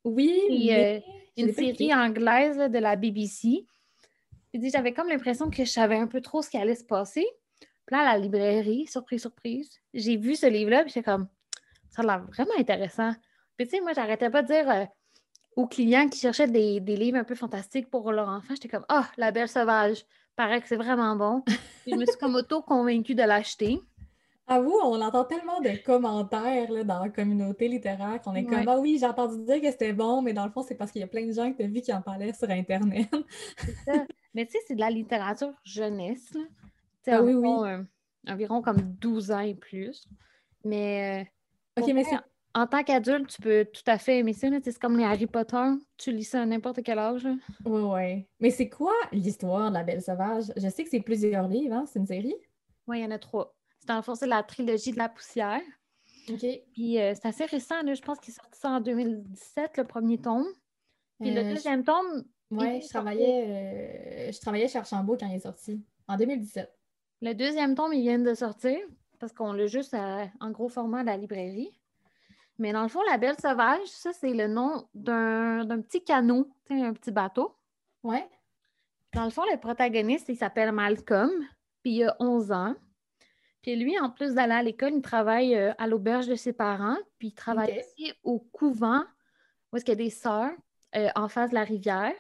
Oui, Et, mais euh, je une l'ai pas écouté. série anglaise là, de la B B C. Puis dis, j'avais comme l'impression que je savais un peu trop ce qui allait se passer. Puis là, à la librairie, surprise, surprise, j'ai vu ce livre-là, puis j'étais comme, ça a l'air vraiment intéressant. Puis tu sais, moi, j'arrêtais pas de dire euh, aux clients qui cherchaient des, des livres un peu fantastiques pour leur enfant, j'étais comme, ah, La Belle Sauvage, paraît que c'est vraiment bon. Puis je me suis comme auto-convaincue de l'acheter. Avoue, on entend tellement de commentaires là, dans la communauté littéraire qu'on est comme Ouais, ah oui, j'ai entendu dire que c'était bon, mais dans le fond, c'est parce qu'il y a plein de gens que tu as vu qui en parlaient sur Internet. c'est ça. Mais tu sais, c'est de la littérature jeunesse, là. Tu sais, Ah oui, environ, oui. euh, environ comme douze ans et plus. Mais euh, Ok, pour mais vrai, c'est. en tant qu'adulte, tu peux tout à fait aimer ça, là. Tu sais, c'est comme les Harry Potter. Tu lis ça à n'importe quel âge, là. Ouais, ouais. Mais c'est quoi l'histoire de la Belle Sauvage? Je sais que c'est plusieurs livres, hein? C'est une série? Oui, il y en a trois. C'est dans le fond, c'est la trilogie de la poussière. Ok. Puis euh, c'est assez récent, là. Je pense qu'il est sorti ça en deux mille dix-sept, le premier tome. Puis le Euh, je... deuxième tome, il Ouais, vient je de sortir. travaillais, euh, je travaillais chez Archambault quand il est sorti, en deux mille dix-sept. Le deuxième tome, il vient de sortir parce qu'on l'a juste à- en gros format à la librairie. Mais dans le fond, la Belle Sauvage, ça, c'est le nom d'un d'un petit canot, tu sais, un petit bateau. Ouais? Dans le fond, le protagoniste, il s'appelle Malcolm, puis il a onze ans. Puis lui, en plus d'aller à l'école, il travaille euh, à l'auberge de ses parents, puis il Ok. travaille aussi au couvent, où est-ce qu'il y a des sœurs, euh, en face de la rivière.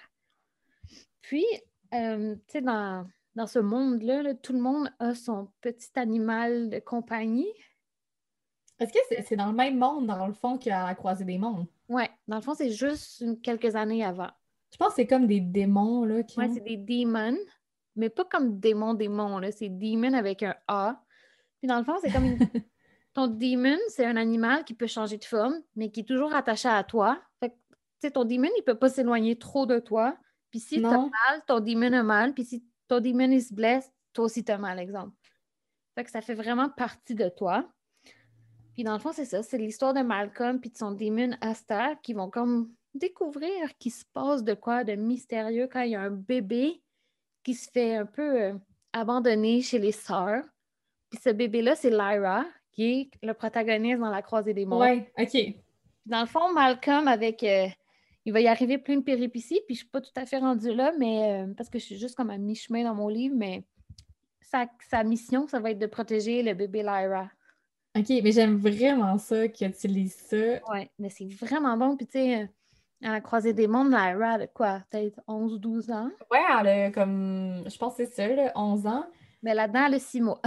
Puis, euh, tu sais, dans, dans ce monde-là, là, tout le monde a son petit animal de compagnie. Est-ce que c'est c'est dans le même monde, dans le fond, qu'à la Croisée des Mondes? Ouais, dans le fond, c'est juste une- quelques années avant. Je pense que c'est comme des démons, là, qui Ouais, ont. c'est des demons, mais pas comme démons, démons, là. C'est demon avec un A. Puis dans le fond, c'est comme une... Ton demon, c'est un animal qui peut changer de forme, mais qui est toujours attaché à toi. Fait que, tu sais, ton demon, il peut pas s'éloigner trop de toi. Puis si t'as Non? mal, ton demon a mal. Puis si ton demon, il se blesse, toi aussi t'as mal, exemple. Fait que ça fait vraiment partie de toi. Puis dans le fond, c'est ça. C'est l'histoire de Malcolm puis de son démon Asta qui vont comme découvrir qu'il se passe de quoi de mystérieux quand il y a un bébé qui se fait un peu euh, abandonner chez les sœurs. Puis ce bébé-là, c'est Lyra, qui est le protagoniste dans La Croisée des Mondes. Ouais, ok. Dans le fond, Malcolm, avec... euh, il va y arriver plein de péripéties, puis je suis pas tout à fait rendue là, mais euh, parce que je suis juste comme à mi-chemin dans mon livre, mais sa, sa mission, ça va être de protéger le bébé Lyra. Ok, mais j'aime vraiment ça que tu lises ça. Ouais, mais c'est vraiment bon. Puis tu sais, euh, à La Croisée des Mondes, Lyra, de quoi? Peut-être onze ou douze ans. Ouais, elle a comme, je pense que c'est ça, là, onze ans. Mais là-dedans, elle a six mois.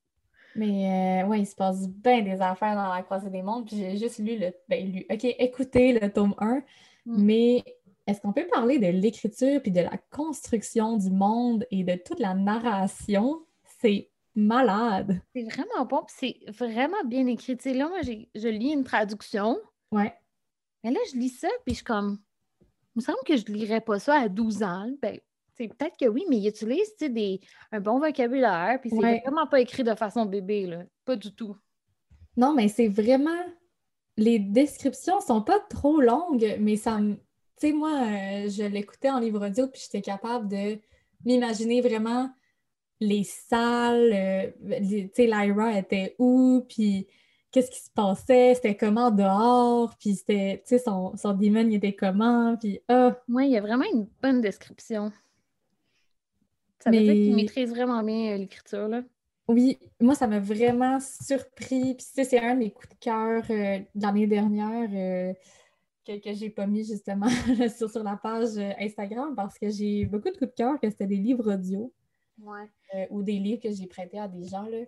Mais euh, ouais, il se passe bien des affaires dans la Croisée des Mondes. Puis j'ai juste lu le. Ben, lu. Ok, écoutez le tome un. Mm. Mais est-ce qu'on peut parler de l'écriture puis de la construction du monde et de toute la narration? C'est malade. C'est vraiment bon, puis c'est vraiment bien écrit. Tu sais, là, moi, j'ai- je lis une traduction, Ouais. mais là, je lis ça, puis je suis comme, il me semble que je ne lirais pas ça à douze ans. Ben, c'est peut-être que oui, mais il utilise, tu sais, des, un bon vocabulaire, puis c'est Ouais. vraiment pas écrit de façon bébé, là. Pas du tout. Non, mais c'est vraiment. Les descriptions sont pas trop longues, mais ça me. Tu sais, moi, euh, je l'écoutais en livre audio, puis j'étais capable de m'imaginer vraiment les salles, euh, les- tu sais, Lyra était où, puis qu'est-ce qui se passait, c'était comment dehors, puis c'était, tu sais, son, son démon, il était comment, puis ah, Oui, il y a vraiment une bonne description. Ça veut dire qu'il mais maîtrise vraiment bien euh, l'écriture, là. oui, moi, ça m'a vraiment surpris, puis tu sais, c'est un de mes coups de cœur euh, de l'année dernière euh, que, que j'ai pas mis justement sur, sur la page euh, Instagram, parce que j'ai beaucoup de coups de cœur que c'était des livres audio Ouais. euh, ou des livres que j'ai prêtés à des gens, là.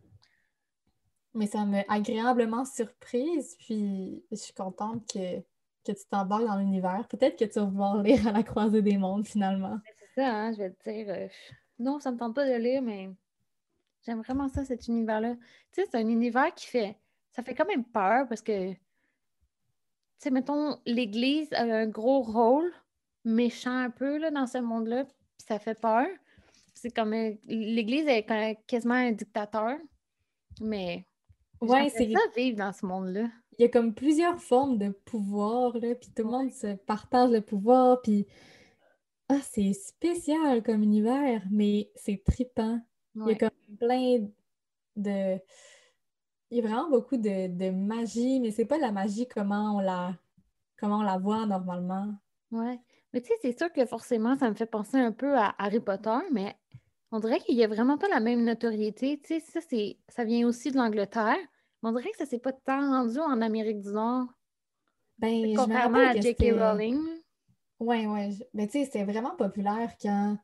Mais ça m'a agréablement surprise, puis je suis contente que, que tu t'embarques dans l'univers. Peut-être que tu vas pouvoir lire à la croisée des mondes finalement. C'est ça, hein, je vais te dire. euh, non, ça me tente pas de lire, mais j'aime vraiment ça, cet univers-là. Tu sais, c'est un univers qui fait. Ça fait quand même peur parce que, tu sais, mettons, l'Église a un gros rôle méchant un peu là, dans ce monde-là, puis ça fait peur. C'est comme. euh, L'Église est quand- quasiment un dictateur, mais Ouais, j'aimerais ça c'est, vivre dans ce monde-là. il y a comme plusieurs formes de pouvoir, là, puis tout le Ouais. monde se partage le pouvoir, puis ah, c'est spécial comme univers, mais c'est trippant. Il y a Ouais. comme plein de... Il y a vraiment beaucoup de, de magie, mais c'est pas la magie comment on la comment on la voit normalement. Ouais. Mais tu sais, c'est sûr que forcément, ça me fait penser un peu à Harry Potter, mais on dirait qu'il n'y a vraiment pas la même notoriété. Tu sais, ça, c'est, ça vient aussi de l'Angleterre, mais on dirait que ça s'est pas tant rendu en Amérique du Nord, Ben, je me contrairement rappelle à que J K. c'était... Rowling. Ouais, ouais. je- Ben, tu sais, c'était vraiment populaire quand...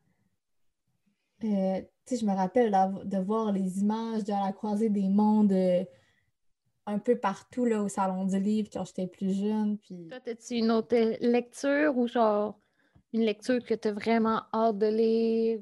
euh, tu sais, je me rappelle d'av- de voir les images de la croisée des mondes euh, un peu partout, là, au Salon du Livre quand j'étais plus jeune, puis... Toi, as-tu une autre lecture ou genre une lecture que tu as vraiment hâte de lire?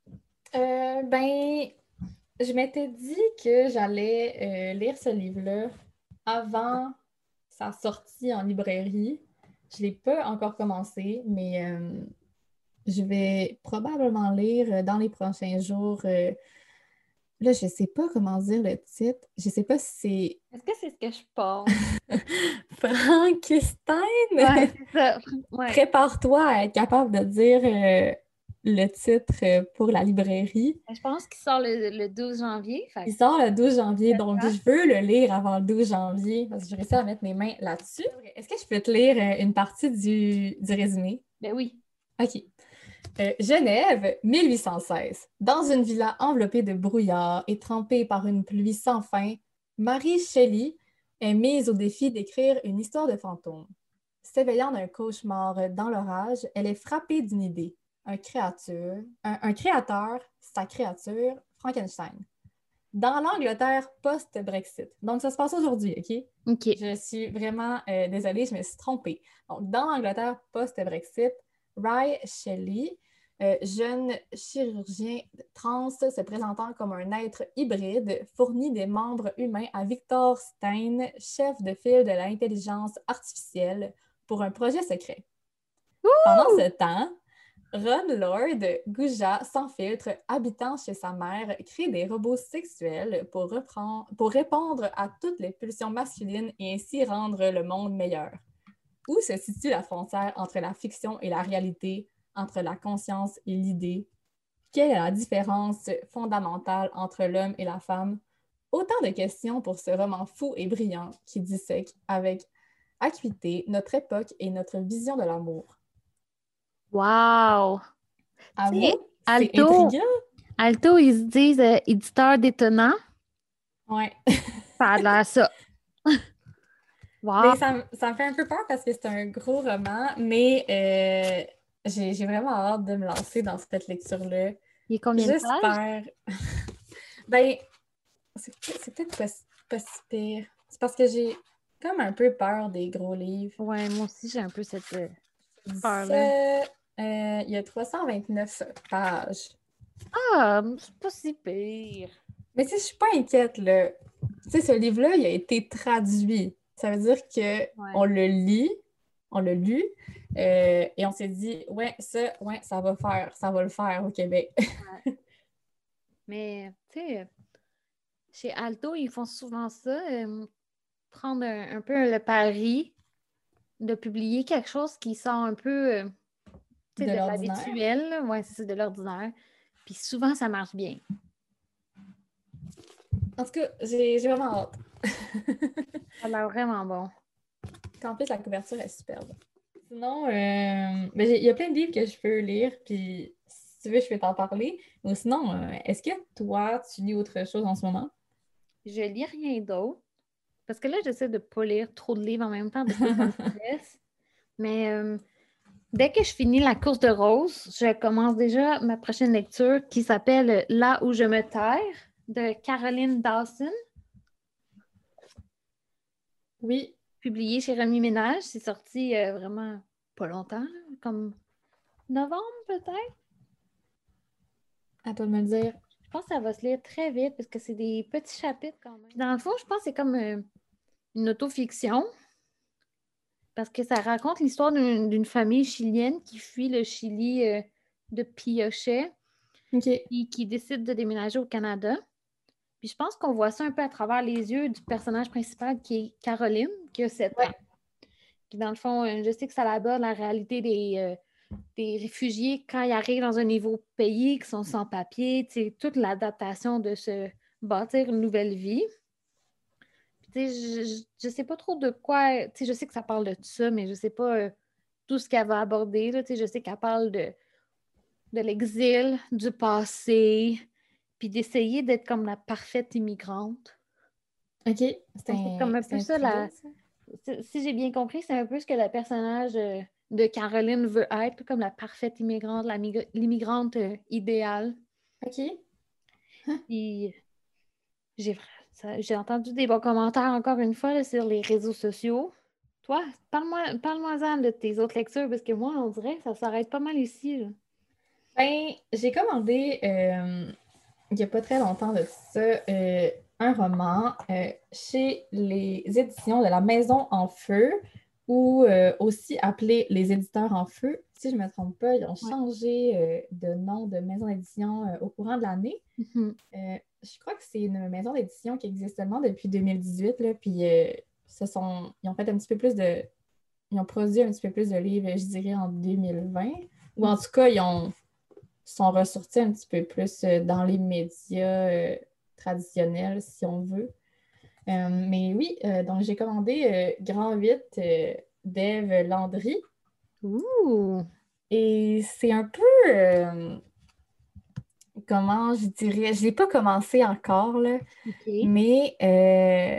Euh, ben, je m'étais dit que j'allais euh, lire ce livre-là avant sa sortie en librairie. Je ne l'ai pas encore commencé, mais euh, je vais probablement lire euh, dans les prochains jours. euh, Là, je ne sais pas comment dire le titre. Je ne sais pas si Est-ce que c'est ce que je pense? c'est Frankenstein. Ouais, c'est ça. Ouais. Prépare-toi à être capable de dire euh, le titre euh, pour la librairie. Je pense qu'il sort le, le douze janvier. Fait Il que- sort le douze janvier, donc je veux le lire avant le douze janvier parce que j'ai réussi à mettre mes mains là-dessus. Est-ce que je peux te lire euh, une partie du, du résumé? Ben oui. OK. Euh, Genève, mille huit cent seize. Dans une villa enveloppée de brouillard et trempée par une pluie sans fin, Marie Shelley est mise au défi d'écrire une histoire de fantôme. S'éveillant d'un cauchemar dans l'orage, elle est frappée d'une idée. Un créature, un, un créateur, sa créature, Frankenstein. Dans l'Angleterre post-Brexit. Donc, ça se passe aujourd'hui, OK? OK. Je suis vraiment euh, désolée, je me suis trompée. Donc, dans l'Angleterre post-Brexit, Ray Shelley, euh, jeune chirurgien trans se présentant comme un être hybride, fournit des membres humains à Victor Stein, chef de file de l'intelligence artificielle, pour un projet secret. Pendant ce temps, Ron Lord, goujat sans filtre, habitant chez sa mère, crée des robots sexuels pour, reprendre, pour répondre à toutes les pulsions masculines et ainsi rendre le monde meilleur. Où se situe la frontière entre la fiction et la réalité, entre la conscience et l'idée? Quelle est la différence fondamentale entre l'homme et la femme? Autant de questions pour ce roman fou et brillant qui dissèque avec acuité notre époque et notre vision de l'amour. Wow! À Tu sais, vous, c'est Alto, intriguant? Alto, ils se disent euh, éditeur détonnant. Ouais. Ça a l'air ça. Wow! Mais ça, me- ça me fait un peu peur parce que c'est un gros roman, mais euh, j'ai, j'ai vraiment hâte de me lancer dans cette lecture-là. Il y a combien de pages? J'espère. Ben, c'est, peut- c'est peut-être pas, si- pas si pire. C'est parce que j'ai comme un peu peur des gros livres. Ouais, moi aussi, j'ai un peu cette euh, Ça, peur-là. euh, il y a trois cent vingt-neuf pages. Ah, c'est pas si pire. Mais tu sais, je suis pas inquiète, là. Tu sais, ce livre-là, il a été traduit. Ça veut dire qu'on Ouais. le lit, on l'a lu, euh, et on s'est dit, ouais, ça, ouais, ça va faire, ça va le faire au Québec. Ouais. Mais, tu sais, chez Alto, ils font souvent ça, euh, prendre un, un peu le pari de publier quelque chose qui sort un peu, euh, tu sais, De de l'ordinaire. l'habituel. là. Ouais, c'est ça, de l'ordinaire. Puis souvent, ça marche bien. En tout cas, j'ai j'ai vraiment hâte. Ça a l'air vraiment bon. En plus, la couverture est superbe. Sinon, euh, ben, j'ai- il y a plein de livres que je peux lire, puis si tu veux, je peux t'en parler. Ou sinon, euh, est-ce que toi, tu lis autre chose en ce moment? Je lis rien d'autre. Parce que là, j'essaie de ne pas lire trop de livres en même temps parce que ça me stresse. Mais euh, dès que je finis la course de rose, je commence déjà ma prochaine lecture qui s'appelle Là où je me terre de Caroline Dawson, Oui, publiée chez Remy Ménage. C'est sorti euh, vraiment pas longtemps, là, comme novembre peut-être. à toi de me le dire. Je pense que ça va se lire très vite parce que c'est des petits chapitres quand même. Puis dans le fond, je pense que c'est comme euh, une autofiction parce que ça raconte l'histoire d'une d'une famille chilienne qui fuit le Chili euh, de Pinochet OK. et qui décide de déménager au Canada. Puis je pense qu'on voit ça un peu à travers les yeux du personnage principal qui est Caroline, qui a sept Ouais. ans. Puis dans le fond, euh, je sais que ça aborde la réalité des, euh, des réfugiés quand ils arrivent dans un nouveau pays, qui sont sans papier, tu sais, toute l'adaptation de se bâtir une nouvelle vie. Puis tu sais, je, je, je sais pas trop de quoi, tu sais, je sais que ça parle de ça, mais je sais pas euh, tout ce qu'elle va aborder, là, tu sais, je sais qu'elle parle de, de l'exil, du passé, puis d'essayer d'être comme la parfaite immigrante. OK, c'est Donc, c'est comme un c'est peu ça, la... intriguant, ça. Si si j'ai bien compris, c'est un peu ce que le personnage euh, de Caroline veut être, comme la parfaite immigrante, la migra- l'immigrante euh, idéale. OK. Puis j'ai vra- ça- j'ai entendu des bons commentaires encore une fois là, sur les réseaux sociaux. Toi, parle-moi, parle-moi-en de tes autres lectures, parce que moi, on dirait que ça s'arrête pas mal ici, là. Ben, j'ai commandé, euh, il n'y a pas très longtemps de ça, euh, un roman euh, chez les éditions de la Maison en Feu, ou euh, aussi appelé Les Éditeurs en Feu. Si je ne me trompe pas, ils ont Ouais. changé euh, de nom de maison d'édition euh, au courant de l'année. Mhm. Euh, je crois que c'est une maison d'édition qui existe seulement depuis deux mille dix-huit, là, puis euh, ce sont, ils ont fait un petit peu plus de... Ils ont produit un petit peu plus de livres, je dirais, en deux mille vingt. Ou en tout cas, ils ont sont ressortis un petit peu plus euh, dans les médias euh, traditionnels, si on veut. Euh, mais oui, euh, donc j'ai commandé euh, Grand huit euh, d'Ève Landry. Ouh! Et c'est un peu, euh, comment je dirais, je ne l'ai pas commencé encore, là, OK. mais euh,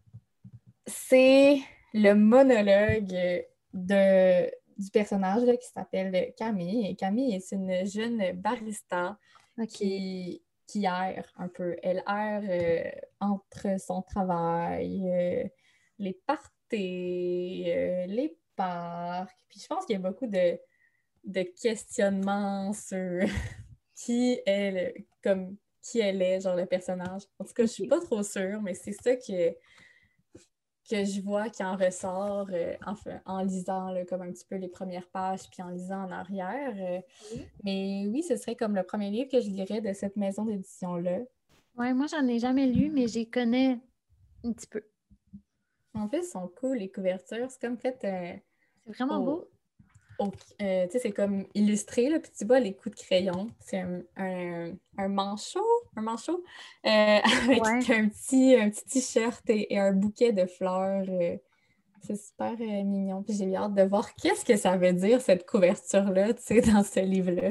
c'est le monologue de, du personnage là, qui s'appelle Camille. Et Camille est une jeune barista OK. qui, qui erre un peu. Elle erre euh, entre son travail, euh, les parties, euh, les parcs. Puis je pense qu'il y a beaucoup de, de questionnements sur qui elle, comme qui elle est, genre le personnage. En tout cas, je suis OK. pas trop sûre, mais c'est ça que que je vois qui en ressort euh, en, fa- en lisant là, comme un petit peu les premières pages puis en lisant en arrière. Euh, mais oui, ce serait comme le premier livre que je lirais de cette maison d'édition-là. Ouais, moi, j'en ai jamais lu, mais j'y connais un petit peu. En fait, ils sont cool, les couvertures. C'est comme fait euh, C'est vraiment au, beau. au- euh, tu sais, c'est comme illustré, là, puis tu vois les coups de crayon. C'est un, un, un manchot, un manchot euh, avec Ouais. un petit, un petit t-shirt et, et un bouquet de fleurs. euh, C'est super euh, mignon. Puis j'ai hâte de voir qu'est-ce que ça veut dire, cette couverture-là, tu sais, dans ce livre-là.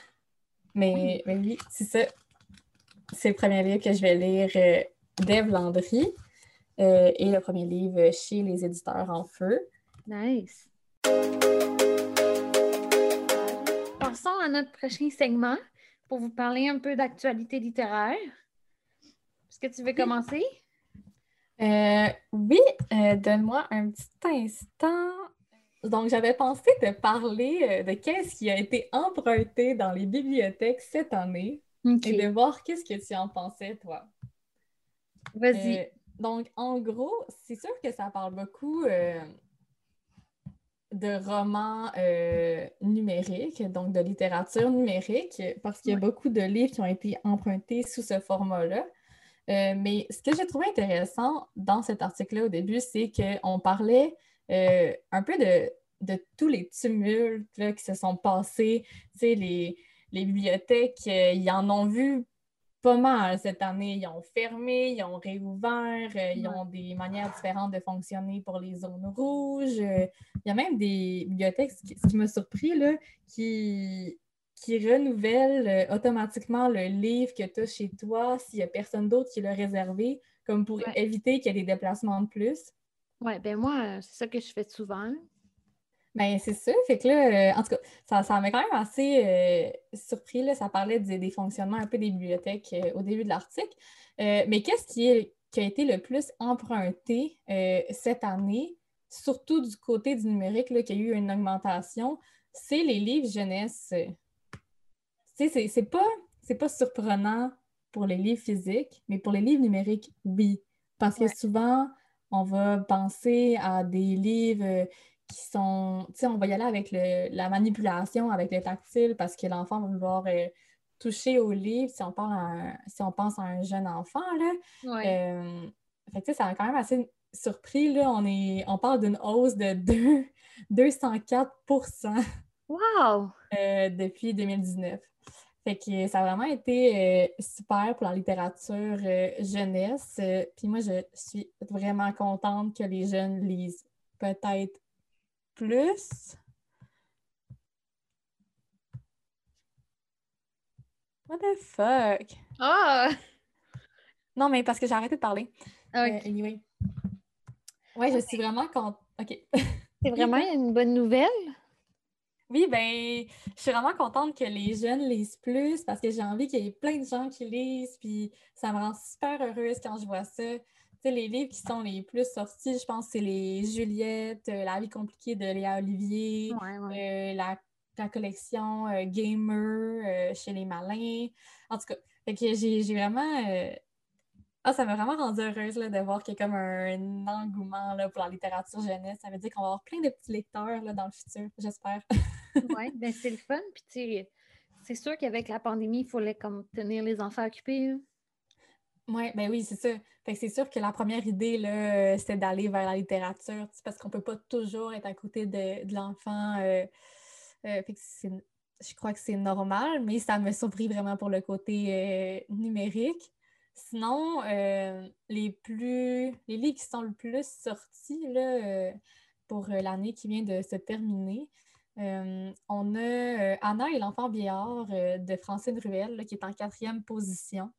Mais, mais oui, c'est ça. C'est le premier livre que je vais lire euh, d'Ève Landry euh, et le premier livre chez les éditeurs en feu. Nice. Passons à notre prochain segment pour vous parler un peu d'actualité littéraire. Est-ce que tu veux commencer? Euh, oui, euh, donne-moi un petit instant. Donc, j'avais pensé te parler euh, de qu'est-ce qui a été emprunté dans les bibliothèques cette année et de OK. voir qu'est-ce que tu en pensais, toi. Euh, Vas-y. donc, en gros, c'est sûr que ça parle beaucoup euh, de romans euh, numériques, donc de littérature numérique, parce qu'il y a Ouais. beaucoup de livres qui ont été empruntés sous ce format-là. Euh, mais ce que j'ai trouvé intéressant dans cet article-là au début, c'est qu'on parlait euh, un peu de, de tous les tumultes là, qui se sont passés. Tu sais, les, les bibliothèques, euh, ils en ont vu pas mal cette année. Ils ont fermé, ils ont réouvert, euh, ils Ouais. ont des manières différentes de fonctionner pour les zones rouges. Euh, il y a même des bibliothèques, ce qui, ce qui m'a surpris, là, qui, qui renouvellent euh, automatiquement le livre que tu as chez toi s'il n'y a personne d'autre qui l'a réservé, comme pour Ouais. éviter qu'il y ait des déplacements de plus. Ouais, ben moi, euh, c'est ça que je fais souvent. Ben, c'est ça. Fait que là, euh, en tout cas, ça, ça m'a quand même assez euh, surpris. Là. Ça parlait des, des fonctionnements un peu des bibliothèques euh, au début de l'article. Euh, mais qu'est-ce qui, est, qui a été le plus emprunté euh, cette année, surtout du côté du numérique, là, qu'il y a eu une augmentation, c'est les livres jeunesse. Tu sais, c'est c'est pas, c'est pas surprenant pour les livres physiques, mais pour les livres numériques, oui. Parce que Ouais. souvent, on va penser à des livres euh, qui sont... Tu sais, on va y aller avec le- la manipulation, avec le tactile, parce que l'enfant va vouloir euh, toucher au livre si on, parle à un- si on pense à un jeune enfant, là. Ouais. Euh, fait que, tu sais, ça m'a quand même assez surpris, là. On est, on parle d'une hausse de deux, deux cent quatre pour cent Wow! euh, depuis deux mille dix-neuf. Fait que ça a vraiment été euh, super pour la littérature euh, jeunesse. Euh, Puis moi, je suis vraiment contente que les jeunes lisent peut-être plus. What the fuck? Ah! Non, mais parce que j'ai arrêté de parler. Euh, Ok. anyway. Ouais, je suis vraiment contente. OK. C'est Oui, vraiment quoi? une bonne nouvelle. Oui, ben, je suis vraiment contente que les jeunes lisent plus parce que j'ai envie qu'il y ait plein de gens qui lisent, puis ça me rend super heureuse quand je vois ça. Tu sais, les livres qui sont les plus sortis, je pense que c'est les Juliette, euh, La vie compliquée de Léa Olivier, Ouais, ouais. euh, la, la collection euh, Gamer euh, chez les Malins. En tout cas, fait que j'ai j'ai vraiment... euh, Ah, ça m'a vraiment rendue heureuse là, de voir qu'il y a comme un engouement là, pour la littérature jeunesse. Ça veut dire qu'on va avoir plein de petits lecteurs là, dans le futur, j'espère. Ouais, ben c'est le fun. Puis tu sais, c'est sûr qu'avec la pandémie, il fallait comme tenir les enfants occupés, là. Ouais, ben oui, c'est ça. Fait que c'est sûr que la première idée, là, euh, c'était d'aller vers la littérature, tu sais, parce qu'on peut pas toujours être à côté de, de l'enfant. euh, euh, fait que c'est, je crois que c'est normal, mais ça me surpris vraiment pour le côté euh, numérique. Sinon, euh, les plus, les livres qui sont le plus sortis là, euh, pour euh, l'année qui vient de se terminer, euh, on a euh, Anna et l'enfant vieillard euh, de Francine Ruel, là, qui est en quatrième position.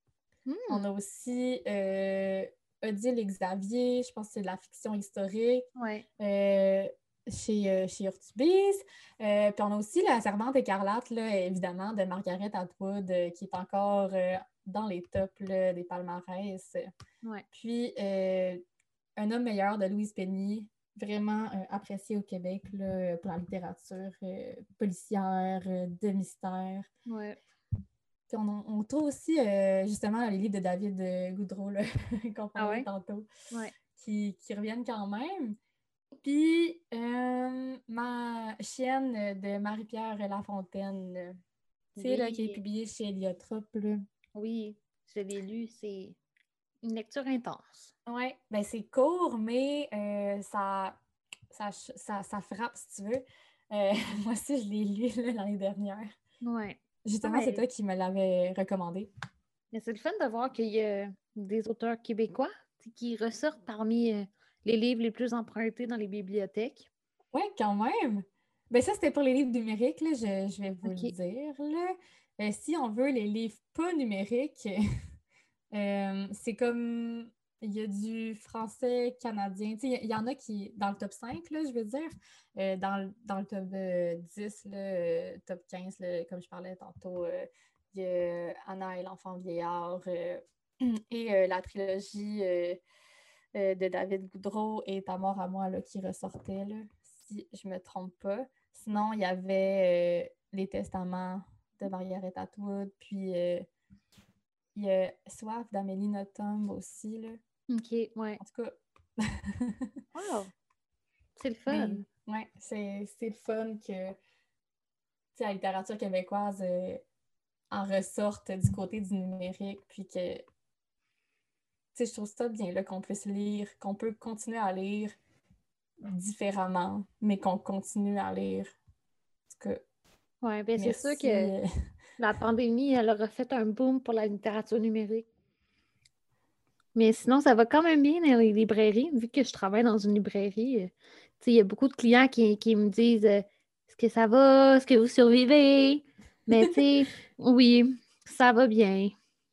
On Hmm, a aussi euh, Odile et Xavier, je pense que c'est de la fiction historique, ouais. euh, chez, euh, chez Urtubise. Euh, puis on a aussi La Servante écarlate, là, évidemment, de Margaret Atwood, euh, qui est encore euh, dans les tops là, des palmarès. Ouais. Puis euh, Un homme meilleur de Louise Penny, vraiment euh, apprécié au Québec là, pour la littérature euh, policière, euh, de mystère. Ouais. Puis on, on trouve aussi euh, justement les livres de David euh, Goudreau là, qu'on Ah parlait ouais? tantôt, Ouais. qui, qui reviennent quand même. Puis euh, Ma chienne de Marie-Pierre Lafontaine, euh, tu sais, là, qui est Oui. publiée chez Héliotrope. Là. Oui. Je l'ai lu. C'est une lecture intense. Ouais, ben c'est court, mais euh, ça, ça, ça, ça frappe, si tu veux. Euh, moi aussi, je l'ai lu là, l'année dernière. Ouais. Ah, Justement, c'est mais, toi qui me l'avais recommandé. mais c'est le fun de voir qu'il y a des auteurs québécois tu sais, qui ressortent parmi euh, les livres les plus empruntés dans les bibliothèques. Ouais, quand même. Ben ça, c'était pour les livres numériques, là, je, je vais vous le OK. dire. Là. Euh, si on veut les livres pas numériques, euh, c'est comme il y a du français canadien. Tu sais, Il y, il y en a qui, dans le top cinq là, je veux dire, euh, dans, le- dans le top euh, dix, là, euh, top quinze là, comme je parlais tantôt, euh, il y a Anna et l'enfant vieillard euh, et euh, la trilogie euh, euh, de David Goudreau et Ta mort à moi là, qui ressortait, là, si je me trompe pas. Sinon, il y avait euh, Les Testaments de Margaret Atwood, puis euh, il y a Soif d'Amélie Nothomb aussi, là. OK. Ouais. En tout cas, Wow. C'est le mais fun. ouais, c'est c'est le fun que tu sais, la littérature québécoise euh, en ressorte du côté du numérique, puis que tu sais, je trouve ça bien là, qu'on puisse lire, qu'on peut continuer à lire différemment, mais qu'on continue à lire. En tout cas, Ouais, ben c'est sûr que merci. euh, la pandémie, elle aura fait un boom pour la littérature numérique. Mais sinon, ça va quand même bien dans les librairies, vu que je travaille dans une librairie. euh, tu sais, il y a beaucoup de clients qui, qui me disent euh, Est-ce que ça va? Est-ce que vous survivez? Mais tu sais, oui, ça va bien.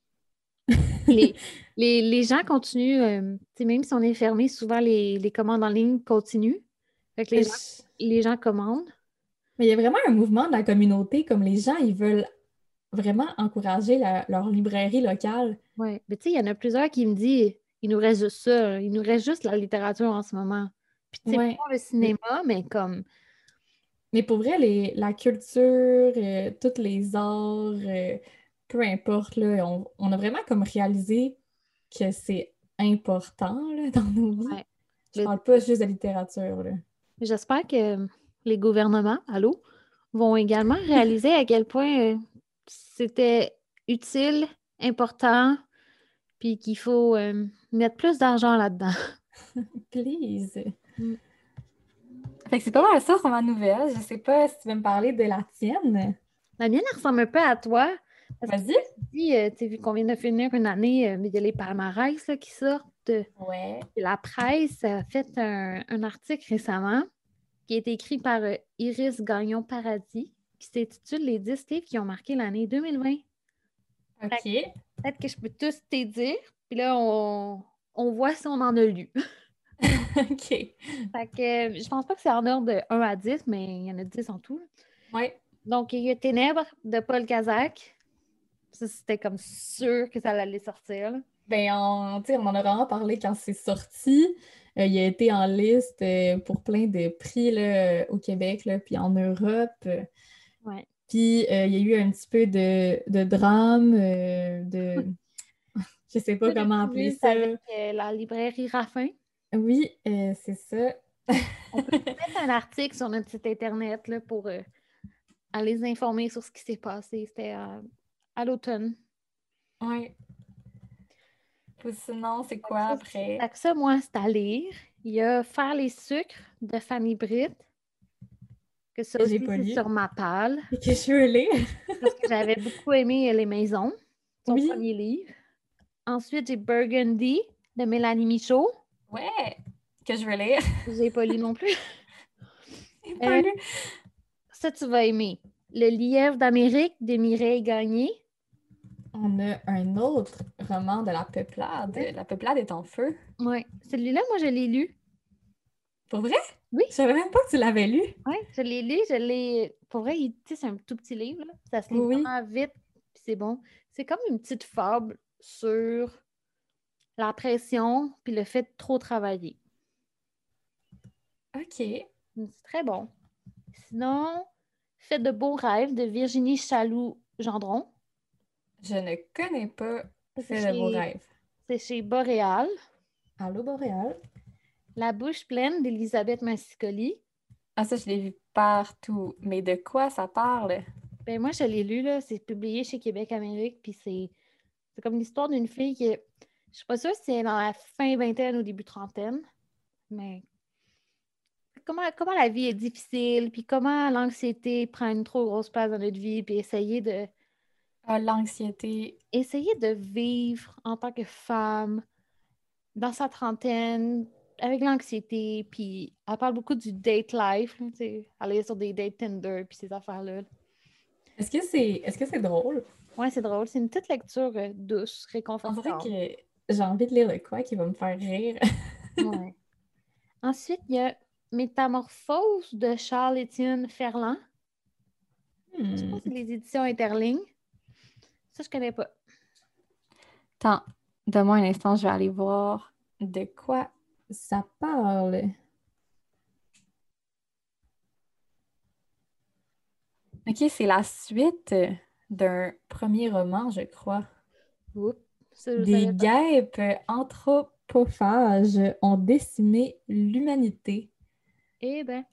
Les, les, les gens continuent, euh, tu sais, même si on est fermé, souvent les, les commandes en ligne continuent. Fait que les gens, je- les gens commandent. Mais il y a vraiment un mouvement de la communauté, comme les gens, ils veulent vraiment encourager la- leur librairie locale. Ouais. Mais tu sais, il y en a plusieurs qui me disent Il nous reste juste ça, il nous reste juste la littérature en ce moment. Puis tu sais, Ouais. pas le cinéma, mais comme. Mais pour vrai, les, la culture, euh, tous les arts, euh, peu importe, là, on, on a vraiment comme réalisé que c'est important là, dans nos vies. Ouais. Je parle pas juste de littérature, là. J'espère que les gouvernements, allô, vont également réaliser à quel point euh, c'était utile, important, puis qu'il faut euh, mettre plus d'argent là-dedans. Please. Mm. Fait que c'est pas mal ça pour ma nouvelle. Je sais pas si tu veux me parler de la tienne. La mienne, elle ressemble un peu à toi. Parce que Vas-y. si, euh, tu sais, vu qu'on vient de finir une année, euh, mais il y a les palmarès là, qui sortent. euh, Ouais. La presse a fait un, un article récemment qui a été écrit par euh, Iris Gagnon-Paradis qui s'intitule Les dix livres qui ont marqué l'année deux mille vingt. Fait que OK. peut-être que je peux tous te dire, puis là, on, on voit si on en a lu. OK. Fait que euh, je pense pas que c'est en ordre de un à dix, mais il y en a dix en tout. Ouais. Donc, il y a Ténèbres de Paul Kazak. Ça, c'était comme sûr que ça allait sortir, là. Ben, on, tu sais, on en a vraiment parlé quand c'est sorti. Euh, il a été en liste euh, pour plein de prix là, au Québec, là, puis en Europe. Ouais. Puis euh, il y a eu un petit peu de, de drame, euh, de... Je sais pas Ça, le comment appeler tumulte ça. avec euh, la librairie Raffin. Oui, euh, c'est ça. On peut mettre un article sur notre site internet là, pour euh, aller les informer sur ce qui s'est passé. C'était euh, à l'automne. Ouais. Ou sinon, c'est Fait que quoi ça, c'est- après? fait que ça, moi, c'est à lire. Il y a Faire les sucres de Fanny Britt, que ça Que j'ai aussi, pas c'est lu sur ma palle, et que je veux lire. parce que j'avais beaucoup aimé euh, Les Maisons, son Oui, premier livre. Ensuite, j'ai Burgundy de Mélanie Michaud. Ouais. Que je veux lire. J'ai pas lu non plus. J'ai pas Euh, lu. ça, tu vas aimer. Le lièvre d'Amérique de Mireille Gagné. on a un autre roman de la peuplade. Ouais. La peuplade est en feu. Ouais. Celui-là, moi, je l'ai lu. Pour vrai? Oui, Je savais même pas que tu l'avais lu. oui, je l'ai lu. Je l'ai. Pour vrai, il- tu sais, c'est un tout petit livre, là. Ça se lit Oui, oui. vraiment vite, puis c'est bon. C'est comme une petite fable sur la pression puis le fait de trop travailler. OK. C'est très bon. Sinon, Fait de beaux rêves de Virginie Chaloux-Gendron. Je ne connais pas Ça, C'est Fait de beaux chez, rêves. c'est chez Boréal. Allô, Boréal? La bouche pleine d'Elisabeth Massicoli. Ah, ça, je l'ai vu partout. Mais de quoi ça parle? Ben moi, je l'ai lu, là. C'est publié chez Québec Amérique, puis c'est c'est comme l'histoire d'une fille qui est. Je suis pas sûre si c'est dans la fin vingtaine ou début trentaine, mais comment, comment la vie est difficile, puis comment l'anxiété prend une trop grosse place dans notre vie, puis essayer de Ah, l'anxiété. essayer de vivre en tant que femme dans sa trentaine avec l'anxiété, puis elle parle beaucoup du date life, là, tu sais, aller sur des dates Tinder, puis ces affaires-là. Est-ce que c'est est-ce que c'est drôle? Ouais, c'est drôle. C'est une petite lecture euh, douce, On dirait réconfortante. que j'ai envie de lire de quoi qui va me faire rire. Ouais. Ensuite, il y a Métamorphose de Charles-Étienne Ferland. Je Hmm. pense que c'est les éditions Interlignes. Ça, je connais pas. Attends, donne-moi un instant, je vais aller voir. De quoi ça parle? OK, c'est la suite d'un premier roman, je crois. Oups, ça, je Des savais pas. guêpes anthropophages ont décimé l'humanité. Eh ben,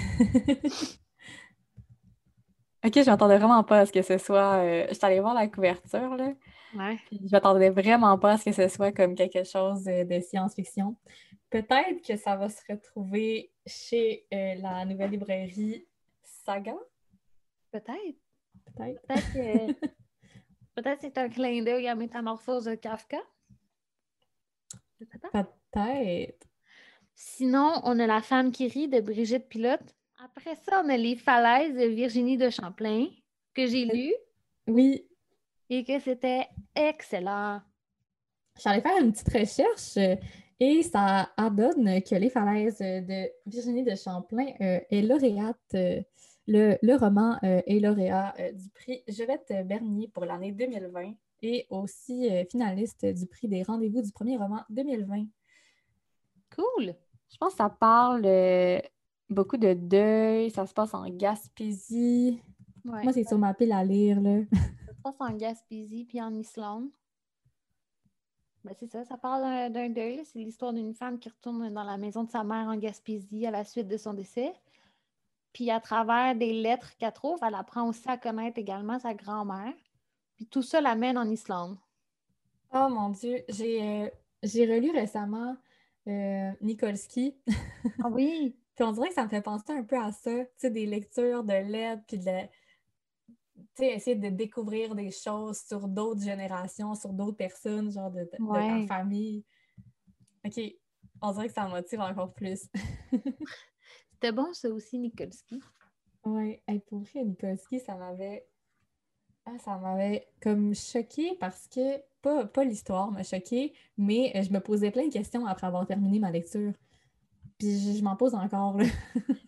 OK, je m'attendais vraiment pas à ce que ce soit. Euh, je suis allée voir la couverture, là. ouais. Puis je m'attendais vraiment pas à ce que ce soit comme quelque chose de. De science-fiction. Peut-être que ça va se retrouver chez euh, la nouvelle librairie Saga, Peut-être. peut-être. Peut-être que peut-être c'est un clin d'œil à Métamorphose de Kafka. Je sais pas. Peut-être. Sinon, on a La femme qui rit de Brigitte Pilote. Après ça, on a Les falaises de Virginie de Champlain, que j'ai lu Oui, et que c'était excellent. j'allais faire une petite recherche euh, et ça adonne que Les falaises de Virginie de Champlain euh, est lauréate. euh, le, le roman euh, est lauréat euh, du prix Jevette Bernier pour l'année deux mille vingt et aussi euh, finaliste du prix des rendez-vous du premier roman deux mille vingt. Cool. Je pense que ça parle euh, beaucoup de deuil. Ça se passe en Gaspésie. Ouais. Moi, c'est sur ma pile à lire, là. Ça se passe en Gaspésie puis en Islande. Ben, c'est ça, ça parle d'un d'un deuil, là. C'est l'histoire d'une femme qui retourne dans la maison de sa mère en Gaspésie à la suite de son décès. Puis à travers des lettres qu'elle trouve, elle apprend aussi à connaître également sa grand-mère. Puis tout ça l'amène en Islande. Oh mon Dieu, j'ai euh, j'ai relu récemment euh, Nikolski. Ah oui! Puis on dirait que ça me fait penser un peu à ça, tu sais, des lectures de lettres, puis de la- sais, essayer de découvrir des choses sur d'autres générations, sur d'autres personnes, genre de, de, Ouais. de ta famille. OK, on dirait que ça me motive encore plus. C'était bon, ça aussi, Nikolski. Ouais, hey, pour vrai, Nikolski, ça m'avait... Ah, ça m'avait comme choquée parce que, pas, pas l'histoire m'a choquée, mais euh, je me posais plein de questions après avoir terminé ma lecture. Puis je, je m'en pose encore, là.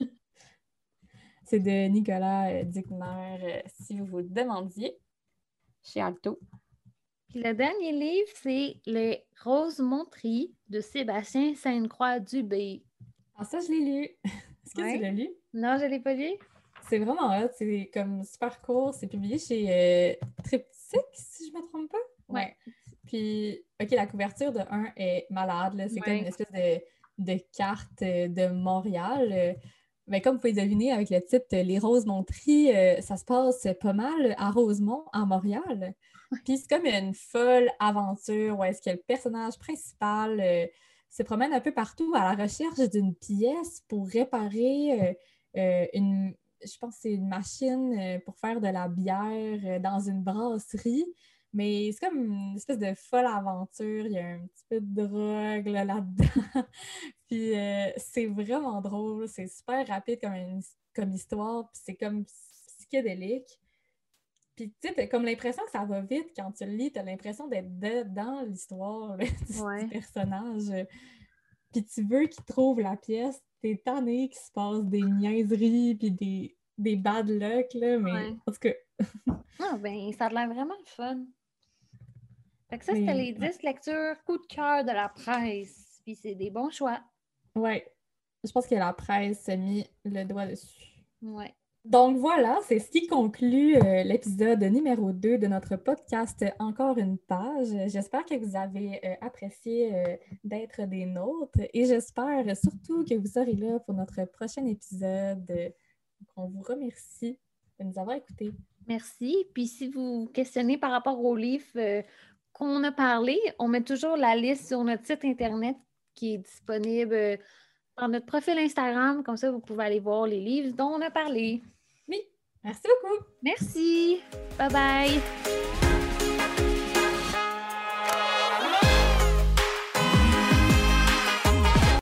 C'est de Nicolas euh, Dickner, euh, si vous vous le demandiez. Chez Alto. Puis le dernier livre, c'est Les Roses Montries de Sébastien Sainte-Croix-Dubé. Ah, ça, je l'ai lu. Est-ce que Ouais. tu l'as lu? Non, je ne l'ai pas lu. C'est vraiment hot, c'est comme super court, c'est publié chez euh, Triptyque, si je me trompe pas. Ouais. Puis, OK, la couverture de un est malade, là. C'est Ouais. comme une espèce de, de carte euh, de Montréal. euh. Mais comme vous pouvez deviner avec le titre euh, Les Roses Montries, euh, ça se passe pas mal à Rosemont, à Montréal. Puis c'est comme une folle aventure où est-ce que le personnage principal euh, se promène un peu partout à la recherche d'une pièce pour réparer euh, euh, une, je pense que c'est une machine euh, pour faire de la bière euh, dans une brasserie. Mais c'est comme une espèce de folle aventure. Il y a un petit peu de drogue là, là-dedans. Puis euh, c'est vraiment drôle. C'est super rapide comme, une- comme histoire. Puis c'est comme psychédélique. Puis tu sais, t'as comme l'impression que ça va vite quand tu le lis. T'as l'impression d'être dans l'histoire là, du, Ouais. du personnage. Puis tu veux qu'il trouve la pièce. T'es tanné qu'il se passe des niaiseries puis des, des bad luck, là. Mais Ouais. en tout cas... Ah, ben, ça a l'air vraiment le fun. Fait que ça, Mais, c'était les ouais. dix lectures coup de cœur de la presse. Puis c'est des bons choix. Ouais. Je pense que la presse s'est mis le doigt dessus. Ouais. Donc voilà, c'est ce qui conclut euh, l'épisode numéro deux de notre podcast Encore une page. J'espère que vous avez euh, apprécié euh, d'être des nôtres et j'espère surtout que vous serez là pour notre prochain épisode. Donc, on vous remercie de nous avoir écoutés. Merci. Puis si vous vous questionnez par rapport au livre euh, qu'on a parlé, on met toujours la liste sur notre site Internet qui est disponible euh, dans notre profil Instagram. Comme ça, vous pouvez aller voir les livres dont on a parlé. Oui, merci beaucoup! Merci. Bye bye.